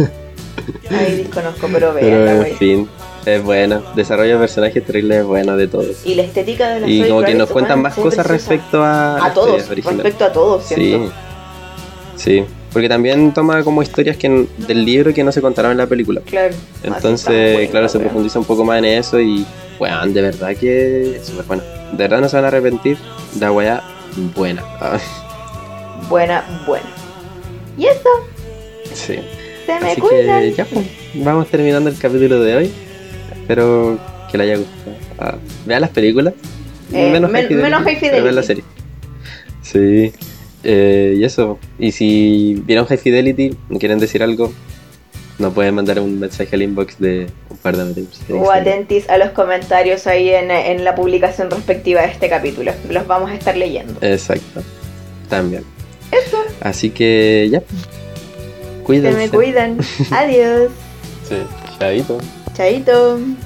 Speaker 2: Ahí desconozco, pero veanla, güey.
Speaker 1: En fin, es bueno. Desarrollo de personajes terrible es bueno de todos.
Speaker 2: Y la estética de la
Speaker 1: y como que nos cuentan más cosas respecto a
Speaker 2: todos, respecto a todos, ¿cierto?
Speaker 1: Sí. Porque también toma como historias del libro que no se contaron en la película.
Speaker 2: Claro.
Speaker 1: Entonces, claro, se profundiza un poco más en eso y, bueno, de verdad que es súper bueno. De verdad no se van a arrepentir. La weá buena.
Speaker 2: Buena. ¿Y eso?
Speaker 1: Sí.
Speaker 2: Se me cuidan.
Speaker 1: Que ya, pues, vamos terminando el capítulo de hoy. Espero que le haya gustado. Vean las películas. Menos High Fidelity. Pero vean la serie. Sí. Y eso. Y si vieron High Fidelity y quieren decir algo, nos pueden mandar un mensaje al inbox de un par de minutos.
Speaker 2: O atentis a los comentarios ahí en la publicación respectiva de este capítulo. Los vamos a estar leyendo.
Speaker 1: Exacto. También.
Speaker 2: Eso.
Speaker 1: Así que ya. Cuídense.
Speaker 2: Se me cuidan. Adiós.
Speaker 1: Sí. Chaito.
Speaker 2: Chaito.